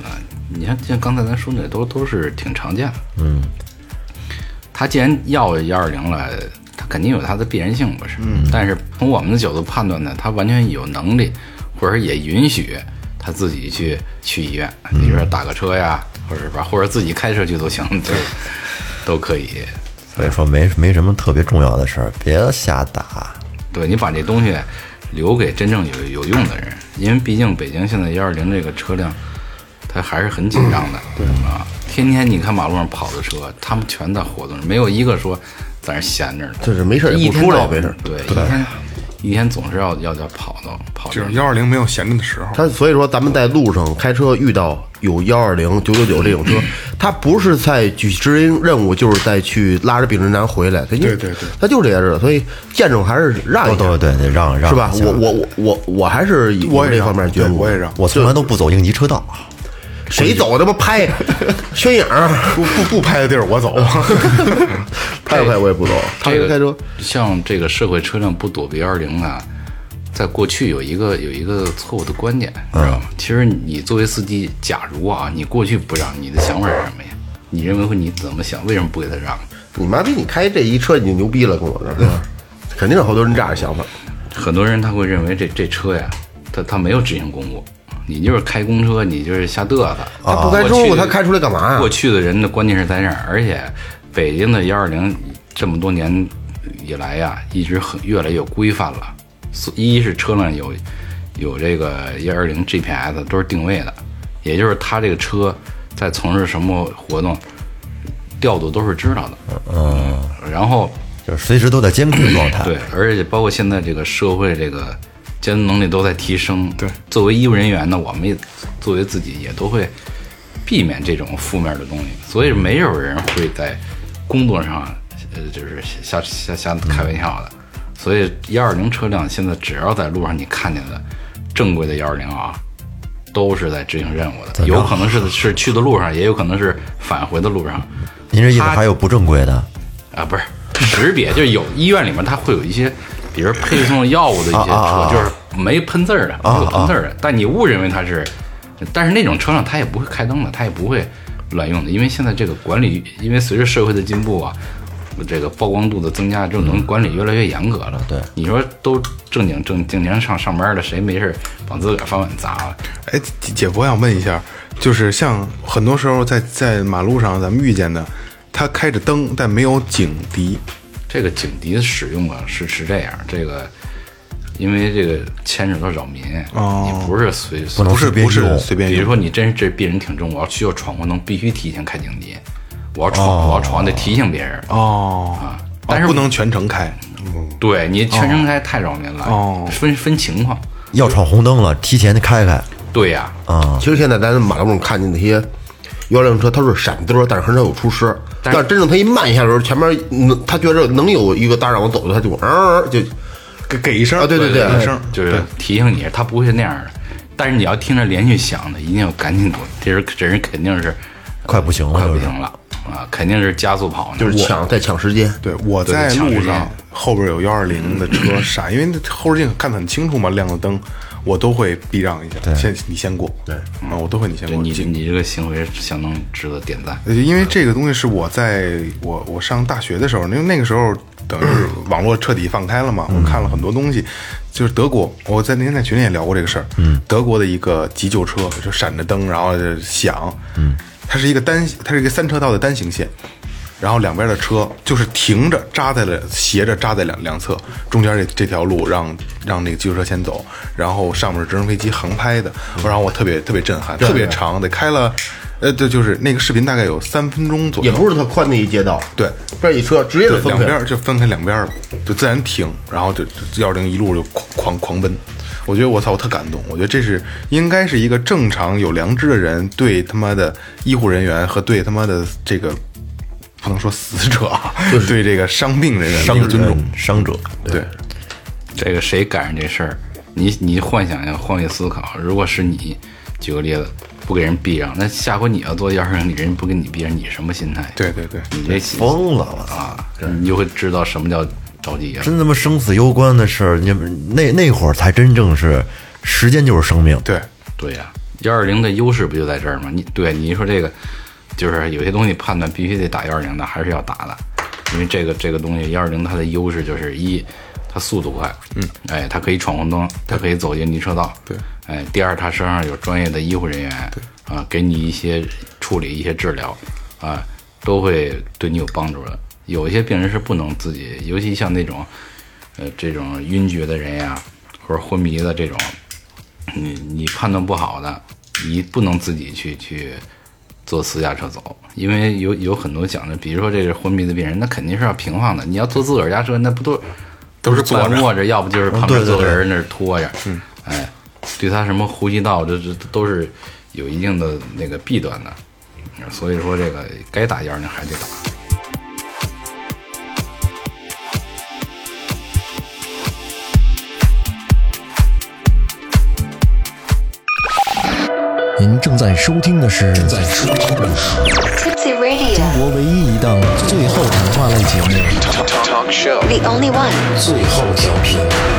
Speaker 5: 你看像刚才咱说的都是挺常见的。他既然要120了，他肯定有他的必然性，不是？但是从我们的角度判断呢，他完全有能力，或者也允许他自己去医院，比如说打个车呀，或者自己开车去都行，都可以。
Speaker 2: 所以说没什么特别重要的事儿，别瞎打。
Speaker 5: 对，你把这东西留给真正有用的人，因为毕竟北京现在120这个车辆，它还是很紧张的，对啊，天天你看马路上跑的车，他们全在活动，没有一个说在那闲着的，
Speaker 4: 就是没事也不出来，没事。
Speaker 5: 对，一天总是要跑，
Speaker 3: 就是120没有闲着的时候。
Speaker 4: 他所以说，咱们在路上开车遇到有120、999这种车，他不是在去执行任务，就是在去拉着病人然后回来。对，他就这样子，所以见着还是让一下，
Speaker 2: 对，让
Speaker 4: 是吧？我还是有这方面觉悟，
Speaker 3: 我也让，
Speaker 2: 我从来都不走应急车道。
Speaker 4: 谁走他妈拍宣影
Speaker 3: 不拍的地儿我走，
Speaker 4: 拍我也不走。他开车
Speaker 5: 像这个社会车辆不躲避120啊，在过去有一个错误的观点，知道吗？其实你作为司机，假如啊，你过去不让，你的想法是什么呀？你认为你怎么想？为什么不给他让？
Speaker 4: 你妈逼，你开这一车你就牛逼了，跟我这，肯定有好多人这样的想法。
Speaker 5: 很多人他会认为这车呀，他没有执行公务。你就是开公车，你就是瞎嘚瑟。
Speaker 4: 他不开公务，他开出来干嘛呀？
Speaker 5: 过去的人的观念是在这儿，而且北京的120这么多年以来呀，一直越来越规范了。一是车辆有这个120 GPS 都是定位的，也就是他这个车在从事什么活动，调度都是知道的。然后
Speaker 2: 就是随时都在监控状态。
Speaker 5: 对，而且包括现在这个社会这个监督能力都在提升。
Speaker 3: 对，
Speaker 5: 作为医务人员呢，我们也作为自己也都会避免这种负面的东西，所以没有人会在工作上就是瞎开玩笑的。所以120车辆现在只要在路上你看见的正规的120啊，都是在执行任务的，有可能是去的路上，也有可能是返回的路上。
Speaker 2: 您这意思还有不正规的
Speaker 5: 啊？不是识别，就是有医院里面它会有一些，比如配送药物的一些车，就是没喷字儿的，没有喷字儿的，但你误认为它是，但是那种车上它也不会开灯的，它也不会乱用的，因为现在这个管理，因为随着社会的进步啊，这个曝光度的增加，这种管理越来越严格了。对，你说都正经上班的，谁没事往自个儿饭碗砸了？
Speaker 3: 哎，姐夫，我想问一下，就是像很多时候在马路上咱们遇见的，他开着灯但没有警笛。
Speaker 5: 这个警笛的使用啊是这样，这个因为这个牵扯到扰民，你不是
Speaker 2: 不是
Speaker 3: 随便用。
Speaker 5: 比如说你真是这病人挺重，我需要闯红灯，必须提前开警笛。我要闯得提醒别人但是
Speaker 3: 不能全程开。
Speaker 5: 对，你全程开太扰民了。分情况，
Speaker 2: 要闯红灯了，提前开。
Speaker 5: 对呀，
Speaker 4: 其实现在咱马路上看见那些120车，它是闪灯，但是很少有出事。但真正它一慢一下的时候，前面他觉得能有一个大让我走的，他就
Speaker 3: 给一声
Speaker 4: 啊，对，
Speaker 3: 一声
Speaker 5: 就是提醒你，他不会是那样的。但是你要听着连续响的，一定要赶紧躲，这人肯定是
Speaker 2: 快不行
Speaker 5: 了。肯定是加速跑呢，
Speaker 4: 就是抢时间。
Speaker 3: 对，我在路上后边有120的车闪，因为后视镜看得很清楚嘛，亮了灯，我都会避让一下，你先过。对，我都会你先过。
Speaker 5: 你这个行为相当值得点赞。
Speaker 3: 因为这个东西是我在我上大学的时候，因为那个时候等于是网络彻底放开了嘛，我看了很多东西，就是德国，我那天在群里也聊过这个事儿。德国的一个急救车就闪着灯，然后就响。它是一个3车道的单行线，然后两边的车就是停着斜着扎在两侧，中间这条路让那个急救车先走，然后上面是直升飞机航拍的，然后我特别震撼，特别长，得开了，对，就是那个视频大概有3分钟左右，
Speaker 4: 也不是特宽的一街道，
Speaker 3: 对，
Speaker 4: 这一车直接就
Speaker 3: 两边就分开两边了，就自然停，然后就120一路就狂奔。我觉得我特感动，我觉得这是应该是一个正常有良知的人对他妈的医护人员和对他妈的这个不能说死者啊，就是对这个伤病人员的一个尊重。
Speaker 2: 伤者，
Speaker 3: 对，
Speaker 5: 这个谁赶上这事儿，你幻想一下，换位思考，如果是你，举个例子，不给人避让，那下回你要做120，人不给你避让，你什么心态？
Speaker 3: 对，
Speaker 5: 你这
Speaker 2: 疯了
Speaker 5: 啊！你就会知道什么叫着急啊！
Speaker 2: 真他妈生死攸关的事儿，那会儿才真正是时间就是生命。
Speaker 3: 对
Speaker 5: 呀， 120的优势不就在这儿吗？你说这个，就是有些东西判断必须得打120的，还是要打的，因为这个东西120它的优势就是它速度快，它可以闯红灯，它可以走进离车道，
Speaker 3: 对，
Speaker 5: 第二它身上有专业的医护人员，对啊，给你一些处理一些治疗，啊，都会对你有帮助的。有一些病人是不能自己，尤其像那种，这种晕厥的人呀，或者昏迷的这种。你判断不好的，你不能自己去坐私家车走，因为有很多讲的，比如说这个昏迷的病人，那肯定是要平放的。你要坐自个儿家车，那不都是半卧着，要不就是旁边坐个人那儿拖着，对他什么呼吸道这都是有一定的那个弊端的，所以说这个该打120还得打。
Speaker 6: 您正在收听的是中国唯一一档最后谈话类节目
Speaker 7: The only one
Speaker 6: 最后调频。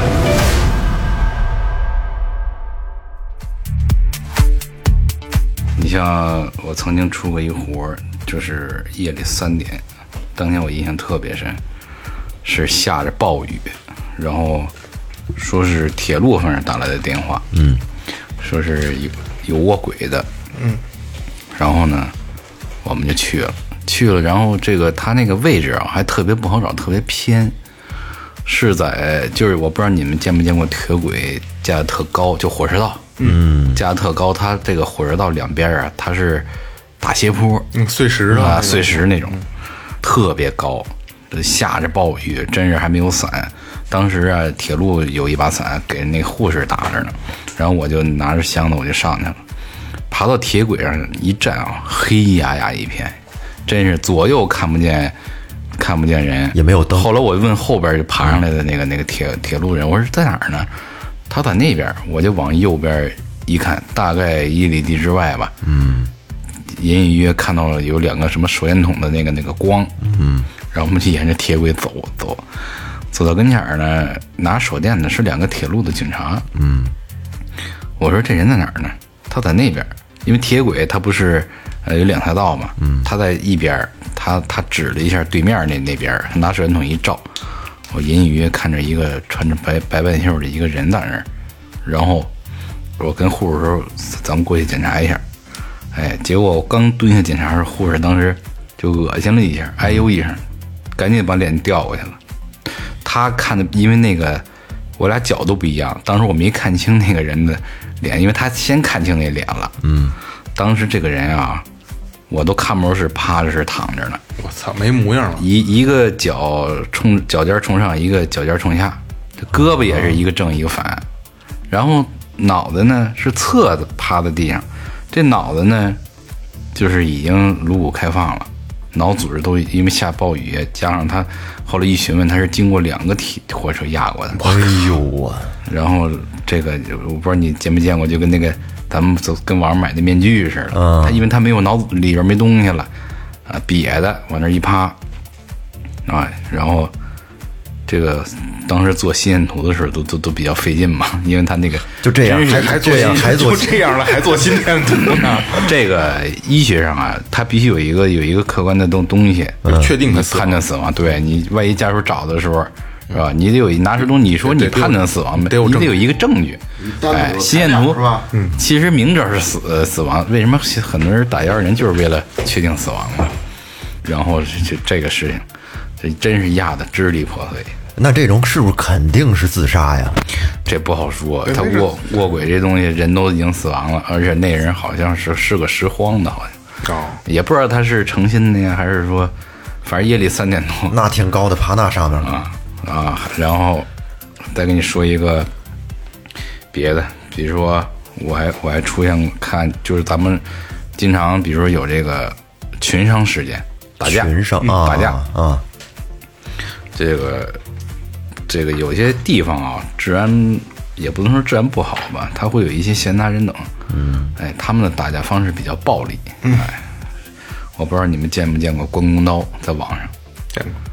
Speaker 5: 你像我曾经出过一活，就是夜里3点，当天我印象特别深，是下着暴雨，然后说是铁路方面打来的电话，说是有卧轨的，然后呢，我们就去了，然后这个他那个位置啊，还特别不好找，特别偏，是在就是我不知道你们见没见过铁轨架得特高，就火车道，架得特高，它这个火车道两边啊，它是大斜坡，
Speaker 3: 碎石的
Speaker 5: 碎石那种，特别高，下着暴雨，真是还没有伞。当时啊，铁路有一把伞给那护士打着呢，然后我就拿着箱子我就上去了，爬到铁轨上一站啊，黑压压一片，真是左右看不见人，
Speaker 2: 也没有灯。
Speaker 5: 后来我问后边就爬上来的那个铁路人，我说在哪儿呢？他在那边，我就往右边一看，大概1里地之外吧，隐隐约看到了有2个什么手电筒的那个光，然后我们就沿着铁轨走到跟前儿呢，拿手电的是2个铁路的警察。我说这人在哪儿呢？他在那边，因为铁轨它不是有2条道嘛，他在一边，他指了一下对面那边，拿手电筒一照，我隐隐约看着一个穿着白半袖的一个人在那儿，然后我跟护士说咱们过去检查一下，结果我刚蹲下检查时，护士当时就恶心了一下，哎呦一声，赶紧把脸调过去了。他看的，因为那个我俩角度不一样，当时我没看清那个人的脸，因为他先看清那脸了。当时这个人啊，我都看不出是趴着是躺着呢。
Speaker 3: 我操，没模样了。
Speaker 5: 一个脚尖冲上，一个脚尖冲下，这胳膊也是一个正一个反，然后脑袋呢是侧着趴在地上，这脑袋呢就是已经颅骨开放了。脑组织都因为下暴雨，加上他后来一询问，他是经过2个火车压过的。
Speaker 2: 哎呦啊！
Speaker 5: 然后这个我不知道你见没见过，就跟那个咱们跟网上买的面具似的。他因为他没有脑子里边没东西了，瘪的往那一趴，然后这个当时做心电图的时候都比较费劲嘛，因为他那个
Speaker 2: 就这样还做
Speaker 3: 这样了还做心电图呢。
Speaker 5: 这个医学上啊，它必须有一个客观的东西，
Speaker 3: 确定的
Speaker 5: 判断死亡。对，你万一家属找的时候，是吧？你得有拿出东西，你说你判断死亡，你得有一个证据。心电图是吧？其实明知是死亡，为什么很多人打120就是为了确定死亡嘛？然后这个事情，这真是压得支离破碎。
Speaker 2: 那这种是不是肯定是自杀呀？
Speaker 5: 这不好说，他卧轨这东西人都已经死亡了，而且那人好像是个拾荒的，好像也不知道他是诚心的呀，还是说，反正夜里3点多，
Speaker 2: 那挺高的，爬那上面
Speaker 5: 了然后再跟你说一个别的，比如说我还出现看，就是咱们经常比如说有这个群伤事件，打架，打架这个有些地方啊，治安也不能说治安不好吧，他会有一些闲杂人等，他们的打架方式比较暴力，我不知道你们见没见过关公刀，在网上，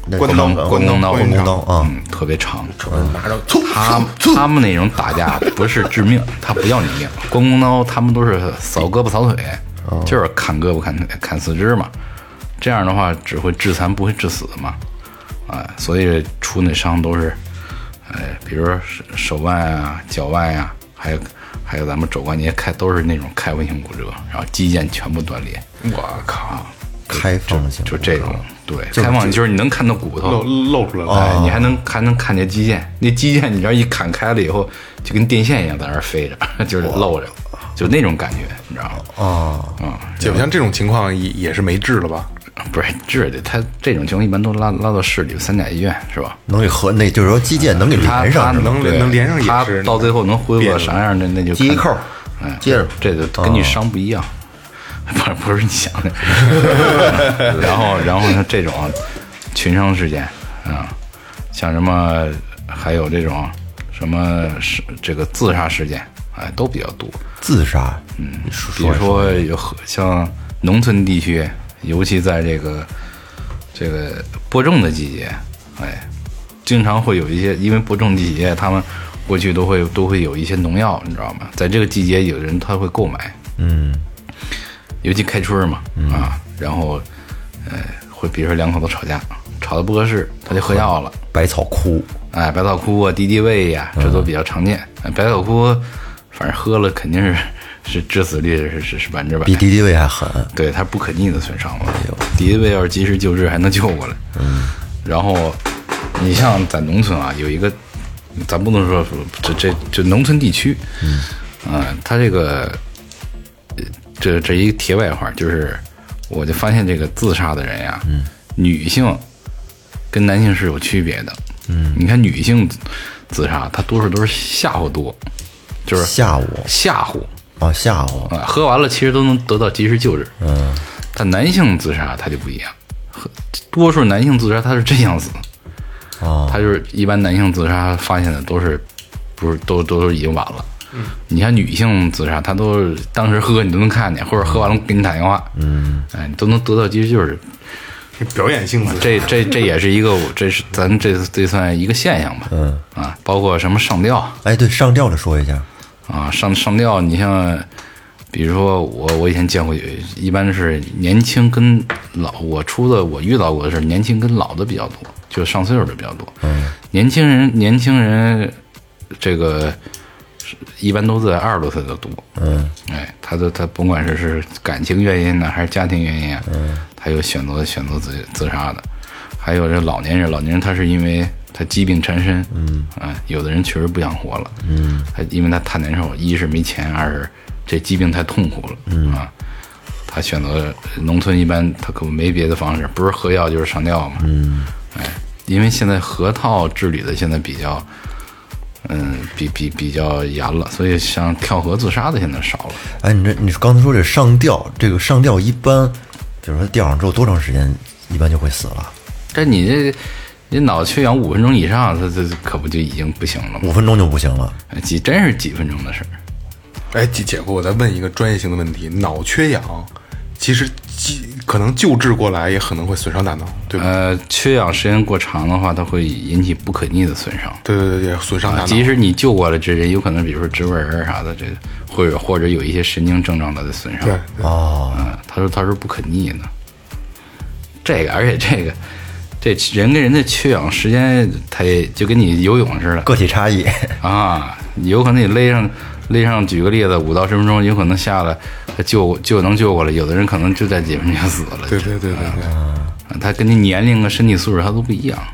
Speaker 3: 关灯
Speaker 5: 刀啊，特别长，
Speaker 4: 拿着
Speaker 5: 他们那种打架不是致命，他不要你命，关公刀他们都是扫胳膊扫腿，就是砍胳膊砍腿砍四肢嘛，这样的话只会致残不会致死嘛，所以出那伤都是，比如手腕啊、脚腕啊，还有咱们肘关节都是那种开放性骨折，然后肌腱全部断裂。
Speaker 3: 我靠！
Speaker 2: 开放性
Speaker 5: 就这种，对，开放就是你能看到骨头
Speaker 3: 露出来了，
Speaker 5: 你还能看见肌腱，那肌腱你这一砍开了以后，就跟电线一样在那儿飞着，就是露着，就那种感觉，你知道吗？
Speaker 3: 姐夫像这种情况也是没治了吧？
Speaker 5: 不是治的，他这种情况一般都拉到市里3甲医院是吧？
Speaker 2: 能给那就是说肌腱能给连上，
Speaker 3: 能连上也是，
Speaker 5: 他到最后能恢复啥样的那就
Speaker 4: 系一扣，接着
Speaker 5: 这就根据伤不一样。不是你想的，然后像这种群伤事件像什么还有这种什么这个自杀事件，都比较多。
Speaker 2: 自杀，
Speaker 5: 比如说有像农村地区，尤其在这个播种的季节，经常会有一些，因为播种季节他们过去都会有一些农药，你知道吗？在这个季节，有人他会购买，尤其开春嘛，然后，会比如说两口子吵架，吵得不合适，他就喝药了，
Speaker 2: 百草枯，
Speaker 5: 百草枯啊，敌敌畏呀，这都比较常见。百草枯，反正喝了肯定是致死率是100%，
Speaker 2: 比敌敌畏还狠。
Speaker 5: 对，它不可逆的损伤嘛。敌敌畏要是及时救治，还能救过来。然后，你像在农村啊，有一个，咱不能说这农村地区，它这个。这一个题外话，就是我就发现这个自杀的人呀，女性跟男性是有区别的。你看女性自杀，她多数都是吓唬多，就是
Speaker 2: 吓唬吓唬
Speaker 5: 喝完了其实都能得到及时救治。但男性自杀他就不一样，多数男性自杀他是真想死，他就是一般男性自杀发现的都是不是都已经晚了。你看女性自杀，她都是当时喝你都能看见，或者喝完了给你打电话，你都能得到及时救治。
Speaker 3: 表演性自杀，
Speaker 5: 这也是一个，这是咱这算一个现象吧。包括什么上吊，
Speaker 2: 对，上吊的说一下
Speaker 5: 上吊，你像比如说我以前见过，一般是年轻跟老，我遇到过的是年轻跟老的比较多，就上岁数的比较多。年轻人这个。一般都在20多岁的多，他甭管是感情原因呢，还是家庭原因啊，他有选择自杀的，还有这老年人他是因为他疾病缠身，有的人确实不想活了，因为他太难受，一是没钱，二是这疾病太痛苦了，他选择农村一般他可没别的方式，不是喝药就是上吊嘛，因为现在河套治理的现在比较。比较严了，所以像跳河自杀的现在少了。
Speaker 2: 你刚才说这上吊，一般，就是说吊上之后多长时间，一般就会死了？
Speaker 5: 你脑缺氧5分钟以上，这可不就已经不行了吗
Speaker 2: ？5分钟就不行了，
Speaker 5: 真是几分钟的事儿。
Speaker 3: 姐夫，我再问一个专业性的问题：脑缺氧，其实可能救治过来也可能会损伤大脑，对吧？
Speaker 5: 缺氧时间过长的话，它会引起不可逆的损伤。
Speaker 3: 对，损伤大脑。
Speaker 5: 即使你救过来这人，有可能比如说植物人啥的，或者有一些神经症状的损伤。
Speaker 3: 对。
Speaker 5: 他说不可逆的。而且这人跟人的缺氧时间，它也就跟你游泳似的，
Speaker 2: 个体差异
Speaker 5: 有可能你勒上，举个例子，5到10分钟，有可能下来能救过来，有的人可能就在几分钟就死了。
Speaker 3: 对。
Speaker 5: 他跟你年龄和身体素质他都不一样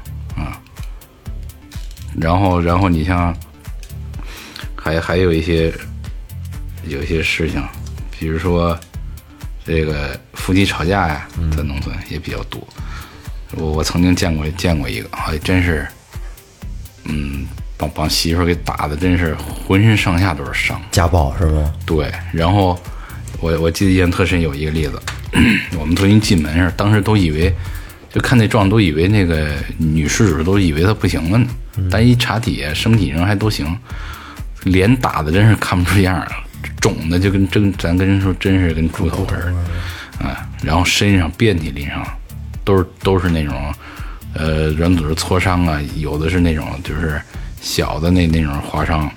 Speaker 5: 然后你像还有一些事情，比如说这个夫妻吵架呀，在农村也比较多。我曾经见过一个，真是，把媳妇给打的真是浑身上下都是伤，
Speaker 2: 家暴是吗？
Speaker 5: 对，然后我记得印象特深，有一个例子，我们从一进门时，当时都以为，就看那状都以为那个女事主都以为她不行了呢，但一查体身体上还都行，脸打的真是看不出样了，肿的就咱跟人说真是跟猪头似的，然后身上遍体鳞伤，都是那种软组织挫伤啊，有的是那种就是小的那种划伤，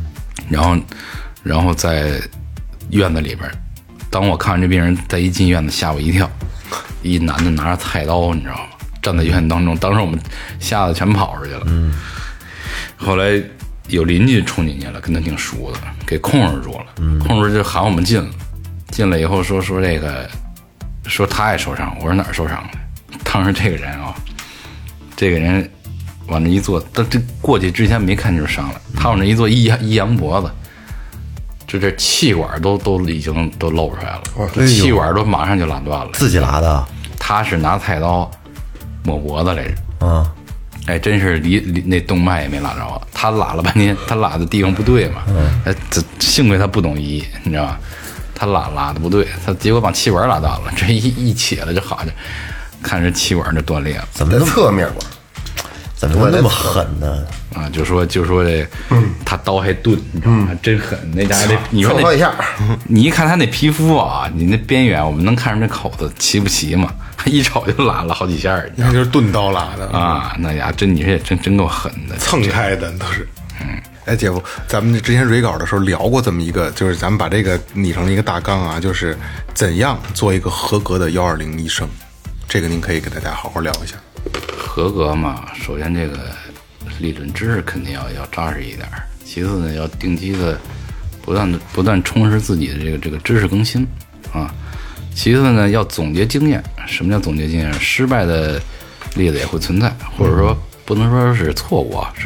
Speaker 5: 然后在院子里边，当我看完这病人再一进院子，吓我一跳，一男的拿着菜刀，你知道吗？站在院子当中，当时我们吓得全跑出去了。后来有邻居冲进去了，跟他挺熟的，给控制住了，控制就喊我们进了，进来以后说这个，说他也受伤，我说哪儿受伤了？当时这个人啊，这个人往那一坐，但这过去之前没看就是伤了，他往那一坐，一扬脖子，就这气管都已经都露出来了，气管都马上就拉断了。
Speaker 2: 自己拉的？
Speaker 5: 他是拿菜刀抹脖子来着。
Speaker 2: 啊，
Speaker 5: 哎，真是离那动脉也没拉着，他拉了半天，他拉的地方不对嘛。幸亏他不懂医，你知道吧？他拉的不对，他结果把气管拉断了，这一起了就好着，看这气管就断裂了。
Speaker 2: 怎么
Speaker 4: 侧面管？
Speaker 2: 怎么那么狠呢？
Speaker 5: 啊，就说这，他刀还钝，你知道吗？真狠，那家伙你说
Speaker 4: 那一下，
Speaker 5: 你一看他那皮肤啊，你那边缘，我们能看出那口子齐不齐嘛？一瞅就拉了好几下，
Speaker 3: 那就是钝刀拉的
Speaker 5: 啊！那家真你这真够狠的，
Speaker 3: 蹭开的都是。哎，姐夫，咱们之前蕊稿的时候聊过这么一个，就是咱们把这个拟成了一个大纲啊，就是怎样做一个合格的120医生，这个您可以给大家好好聊一下。
Speaker 5: 合格嘛，首先这个理论知识肯定要扎实一点，其次呢要定期的不断充实自己的这个知识更新啊。其次呢，要总结经验。什么叫总结经验？失败的例子也会存在，或者说不能说是错误啊，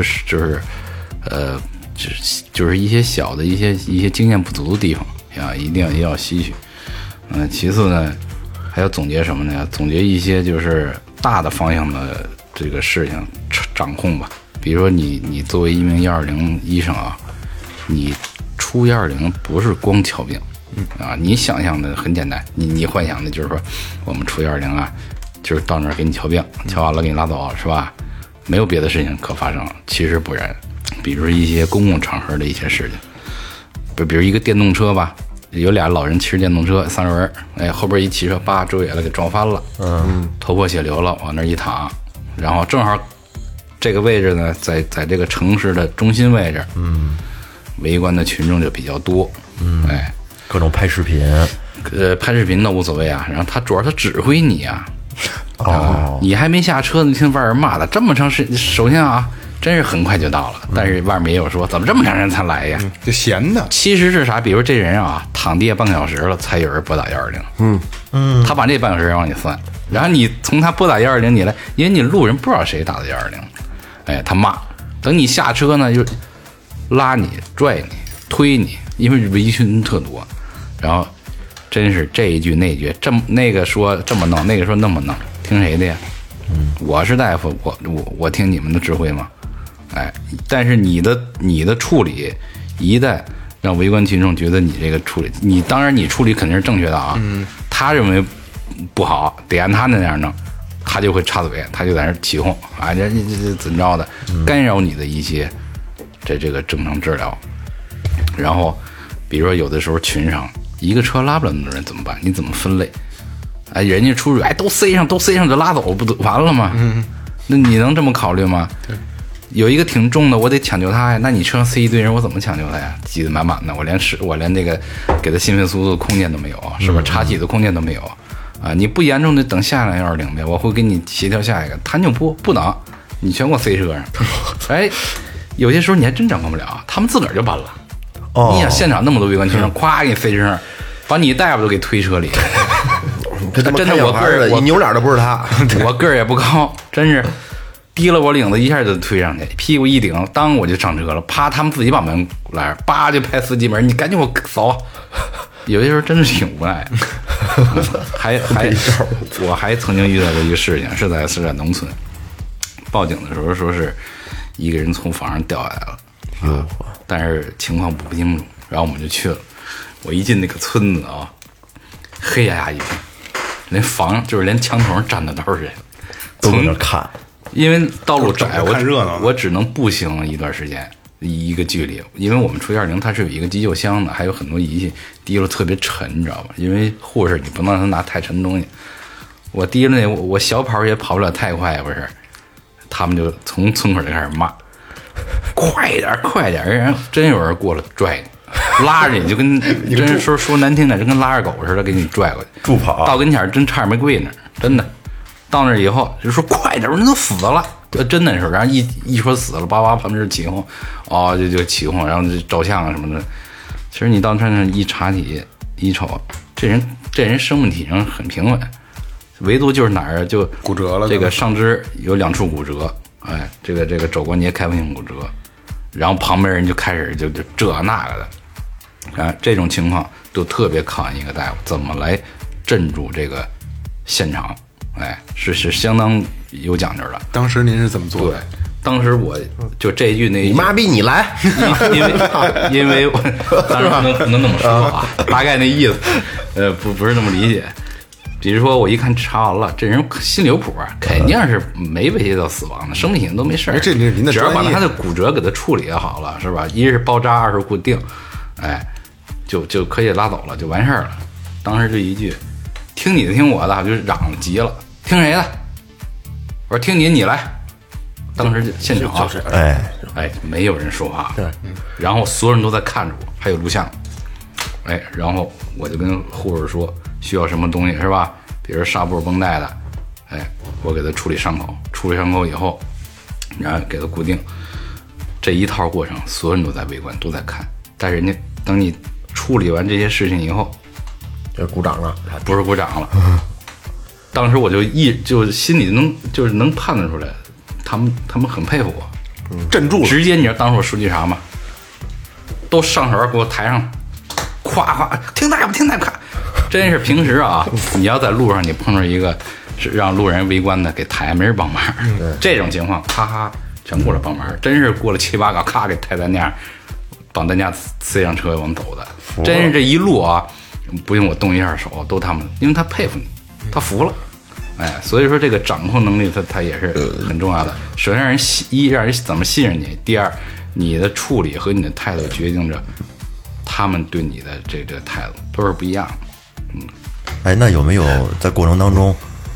Speaker 5: 就是一些小的一些经验不足的地方啊，一定要吸取。其次呢，还要总结什么呢？总结一些就是大的方向的这个事情掌控吧。比如说你作为一名120医生啊，你出120不是光瞧病。你想象的很简单，你幻想的就是说，我们出120啊，就是到那儿给你瞧病，瞧完了给你拉走，是吧？没有别的事情可发生。其实不然，比如一些公共场合的一些事情，比如一个电动车吧，有俩老人骑着电动车，3人，哎，后边一汽车叭追尾了，给撞翻了，头破血流了，往那一躺，然后正好这个位置呢，在这个城市的中心位置，围观的群众就比较多，哎。
Speaker 2: 各种拍视频，
Speaker 5: 拍视频倒无所谓啊，然后他主要他指挥你啊，你还没下车呢，听外人骂的这么长时间，首先啊，真是很快就到了，但是外面也有说怎么这么长时间才来呀？
Speaker 3: 就闲的。
Speaker 5: 其实是啥？比如这人啊，躺地下半个小时了，才有人拨打120，他把这半个小时让你算，然后你从他拨打120你来，因为你路人不知道谁打的120，哎，他骂，等你下车呢，就拉你、拽你、推你，因为围裙人特多。然后真是这一句那一句，那个说这么弄，那个说那么弄，听谁的呀？我是大夫，我听你们的指挥嘛。哎，但是你的处理一旦让围观群众觉得你这个处理，当然你处理肯定是正确的啊。他认为不好，得按他那样弄，他就会插嘴，他就在那起哄啊，这怎么着的，干扰你的一些这个正常治疗。然后比如说有的时候群上一个车拉不了那么多人怎么办？你怎么分类？哎，人家出去哎都塞上就拉走，不完了吗？那你能这么考虑吗？对，有一个挺重的，我得抢救他呀。那你车上塞一堆人，我怎么抢救他呀？挤得满满的，我连那个给他心肺苏的空间都没有，是不是？插气的空间都没有啊！你不严重的等下来120呗，我会给你协调下一个。他就不能，你全给我塞车上。哎，有些时候你还真掌控不了，他们自个儿就搬了。你想现场那么多围观群众，咵给你塞车上，把你大夫都给推车里。真的，我个儿
Speaker 4: 一扭脸都不是他，
Speaker 5: 我个儿也不高，真是提了我领子一下就推上去，屁股一顶，当我就上车了，啪，他们自己把门来，叭就拍司机门，你赶紧给我扫。有些时候真是挺无奈。我还曾经遇到过一个事情，是在农村，报警的时候说是一个人从房上掉下来了，但是情况不清楚，然后我们就去了。我一进那个村子啊，黑压压一片，连墙头上站的都是人，
Speaker 2: 都在那看。
Speaker 5: 因为道路窄，
Speaker 3: 看热闹，
Speaker 5: 我只能步行一段时间，一个距离。因为我们出120，它是有一个急救箱的，还有很多仪器，提溜特别沉，你知道吧？因为护士你不能让他拿太沉的东西。我提了我小跑也跑不了太快，不是。 他们就从村口就开始骂，快点快点，人真有人过来拽你，拉着你就跟真是说难听点，就跟拉着狗似的给你拽过去，
Speaker 2: 助跑
Speaker 5: 到跟前真差点没跪那儿，真的。到那以后就说快点，人都死了，真的是。然后一说死了，叭叭旁边就起哄，哦就起哄，然后就照相啊什么的。其实你到那一查体一瞅，这人生命体上很平稳，唯独就是哪儿就
Speaker 3: 骨折了，
Speaker 5: 这个上肢有2处骨折，哎，这个肘关节开放性骨折，然后旁边人就开始就这那个的，啊，这种情况都特别考验一个大夫怎么来镇住这个现场。哎，是相当有讲究的。
Speaker 3: 当时您是怎么做的？
Speaker 5: 对，当时我就这一句那一句，
Speaker 4: 你妈逼你来，
Speaker 5: 因为我当然不能那么说啊，大概那意思，不是那么理解。比如说我一看查完了，这人心里有谱啊，肯定是没威胁到死亡的，生命体都没事儿。
Speaker 3: 这是您的
Speaker 5: 只要
Speaker 3: 专业，
Speaker 5: 把他的骨折给他处理好了，是吧？一是包扎，二是固定，哎，就可以拉走了，就完事儿了。当时就一句，听你的，听我的，就嚷急了。听谁的？我说听你来。当时现场就是哎，没有人说话，对，然后所有人都在看着我，还有录像，哎，然后我就跟护士说需要什么东西是吧？比如纱布、绷带的，哎，我给他处理伤口，处理伤口以后，然后给他固定，这一套过程，所有人都在围观，都在看，但人家等你处理完这些事情以后，
Speaker 4: 就鼓掌了，
Speaker 5: 不是鼓掌了。当时我就心里能判断出来，他们很佩服我，
Speaker 3: 镇住了。
Speaker 5: 直接你知道当时我说句啥吗？都上手给我抬上，夸夸听大夫，真是平时啊，你要在路上你碰上一个是让路人围观的给抬，没人帮忙，这种情况咔咔全过来帮忙，真是过了7、8个咔给抬咱家，帮咱家塞上车往走的，真是这一路啊，不用我动一下手，都他们，因为他佩服你。他服了，哎，所以说这个掌控能力他也是很重要的。首先让人怎么信任你，第二，你的处理和你的态度决定着他们对你的这个态度都是不一样的。
Speaker 2: 哎，那有没有在过程当中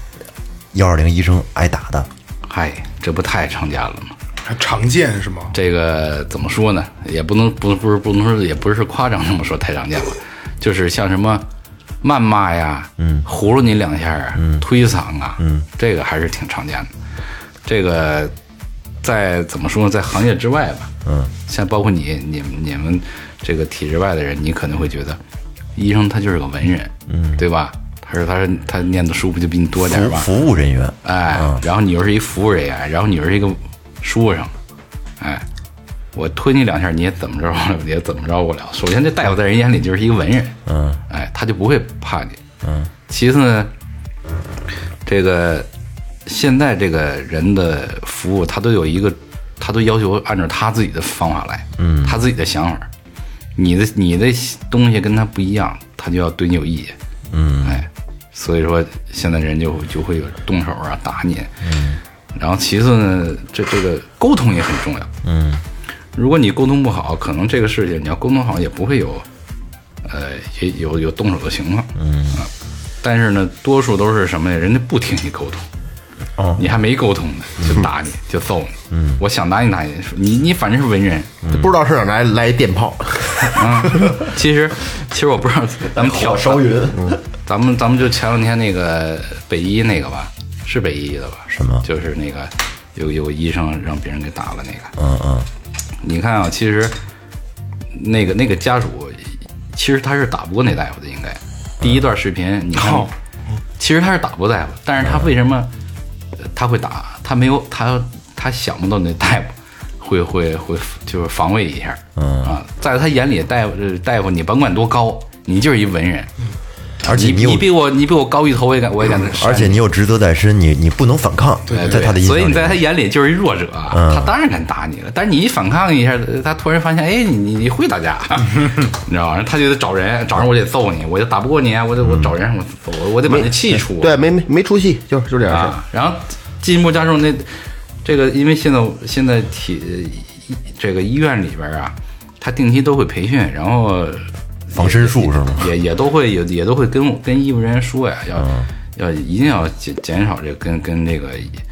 Speaker 2: 120医生挨打的？
Speaker 5: 嗨，这不太常见了吗？
Speaker 3: 还常见是吗？
Speaker 5: 这个怎么说呢？也不能说，也不是夸张这么说，太常见了。就是像什么谩骂呀，葫芦你2下啊，推搡啊，这个还是挺常见的。这个在怎么说呢，在行业之外吧，像包括你们这个体制外的人，你可能会觉得医生他就是个文人，对吧？他念的书不就比你多点吧？
Speaker 2: 服务人员，
Speaker 5: 哎，然后你又是一服务人员，然后你又是一个书生，哎。我推你2下，你也怎么着也怎么着不了。首先，这大夫在人眼里就是一个文人，哎，他就不会怕你，其次呢，这个现在这个人的服务，他都要求按照他自己的方法来，他自己的想法，你的东西跟他不一样，他就要对你有意见，哎，所以说现在人就会有动手啊，打你，然后其次呢，这个沟通也很重要，如果你沟通不好，可能这个事情你要沟通好也不会有，也有动手的情况，但是呢，多数都是什么呀？人家不听你沟通，你还没沟通呢，就打你，就揍你，我想打你打你，你反正是文人，
Speaker 4: 不知道是哪来一电炮，
Speaker 5: 其实我不知道，咱们跳
Speaker 2: 烧云，
Speaker 5: 咱们就前2天那个北医那个吧，是北医的吧？
Speaker 2: 什么？
Speaker 5: 就是那个有医生让别人给打了那个，你看啊，其实那个家属，其实他是打不过那大夫的，应该。第一段视频你看，其实他是打不过大夫，但是他为什么他会打？他没有他想不到那大夫会就是防卫一下，在他眼里大夫你甭管多高，你就是一文人。
Speaker 2: 而且
Speaker 5: 你比我高一头，我也敢。
Speaker 2: 而且你有职责在身，你不能反抗，在他的印象里，
Speaker 5: 所以你在他眼里就是一弱者，他当然敢打你了。但是你一反抗一下，他突然发现，哎，你会打架，你知道吧？他就得找人我得揍你，我就打不过你，我找人我得把那气出。
Speaker 4: 对，没出气，就这样事。
Speaker 5: 然后进一步加重这个，因为现在这个医院里边啊，他定期都会培训，然后。
Speaker 2: 防身术是吗？
Speaker 5: 也都会跟医务人员说呀，一定要减少这跟这个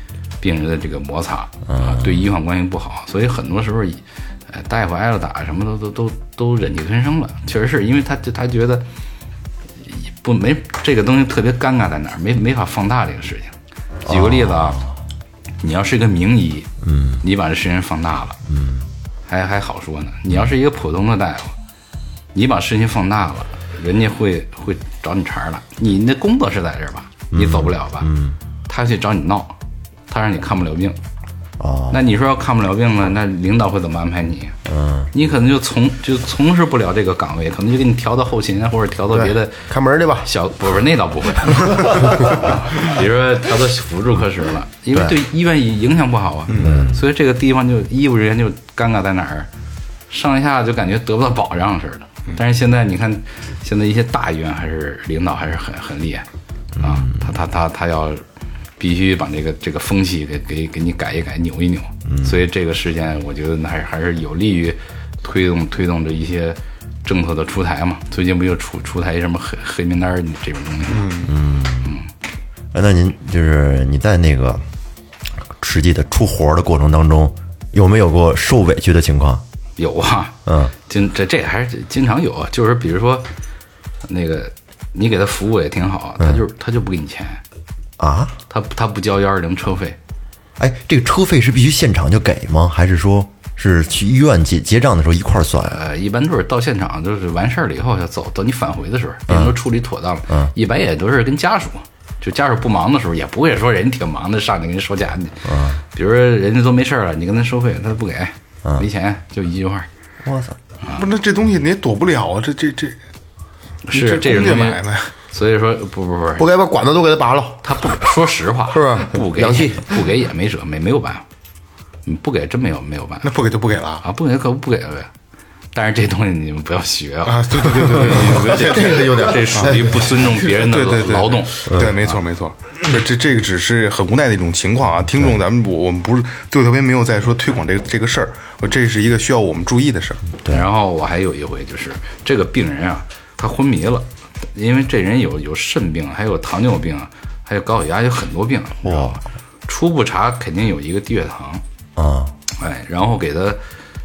Speaker 5: 病人的这个摩擦对医患关系不好，所以很多时候，大夫挨了打什么都忍气吞声了。确实是因为他觉得没这个东西特别尴尬在哪儿，没法放大这个事情。举个例子啊，你要是一个名医，你把这事情放大了，还好说呢。你要是一个普通的大夫，你把事情放大了，人家会找你茬了。你那工作是在这儿吧，你走不了吧？他去找你闹，他让你看不了病。那你说要看不了病了，那领导会怎么安排你？你可能就从事不了这个岗位，可能就给你调到后勤或者调到别的
Speaker 4: 看门去吧。
Speaker 5: 不是那倒不会，比如说调到辅助科室了，因为对医院影响不好啊。所以这个地方就医务人员就尴尬在哪儿，上下就感觉得不到保障似的。但是现在你看，现在一些大医院还是领导还是很厉害啊，他要必须把这个风气给你改一改，扭一扭。所以这个事件我觉得还是有利于推动这一些政策的出台嘛。最近不就出台什么黑名单这种东西吗？
Speaker 2: 那您就是你在那个实际的出活的过程当中，有没有过受委屈的情况？
Speaker 5: 有啊，这还是经常有啊。就是比如说那个你给他服务也挺好，他就不给你钱
Speaker 2: 啊，
Speaker 5: 他不交120车费。
Speaker 2: 哎，这个车费是必须现场就给吗？还是说是去医院结账的时候一块算？
Speaker 5: 一般都是到现场就是完事儿了以后要走，等你返回的时候，病人都处理妥当了。一般也都是跟家属，就家属不忙的时候，也不会说人挺忙的上去给人收钱去。比如说人家都没事了，你跟他收费，他不给，没钱，就一句话。
Speaker 2: 我操！
Speaker 3: 不是，那这东西你也躲不了啊，这
Speaker 5: 是这种东西
Speaker 3: 买卖。
Speaker 5: 所以说
Speaker 4: 不给把管子都给他拔了。
Speaker 5: 他不说实话，
Speaker 4: 是吧？
Speaker 5: 不给
Speaker 4: 氧气
Speaker 5: 不给也没辙，没有办法。你不给真没有办法。
Speaker 3: 那不给就不给了
Speaker 5: 啊，不给可不给了呗。但是这东西你们不要学
Speaker 3: 啊！对，
Speaker 4: 这个有点，
Speaker 5: 这属于不尊重别人的劳动。
Speaker 3: 对，没错。这个只是很无奈的一种情况啊，听众，我们不是最特别没有在说推广这个事儿，这是一个需要我们注意的事儿。
Speaker 5: 对，然后我还有一回就是这个病人啊，他昏迷了，因为这人有肾病，还有糖尿病，还有高血压，有很多病。哇，初步查肯定有一个低血糖啊，然后给他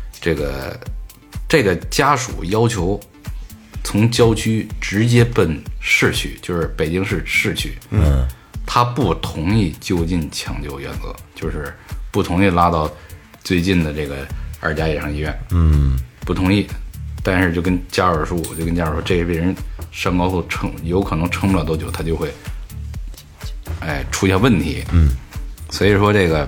Speaker 5: 这个家属要求从郊区直接奔市区，就是北京市市区。他不同意就近抢救原则，就是不同意拉到最近的这个2甲以上医院。不同意。但是就跟家属说，这个病人上高速有可能撑不了多久，他就会出现问题。所以说这个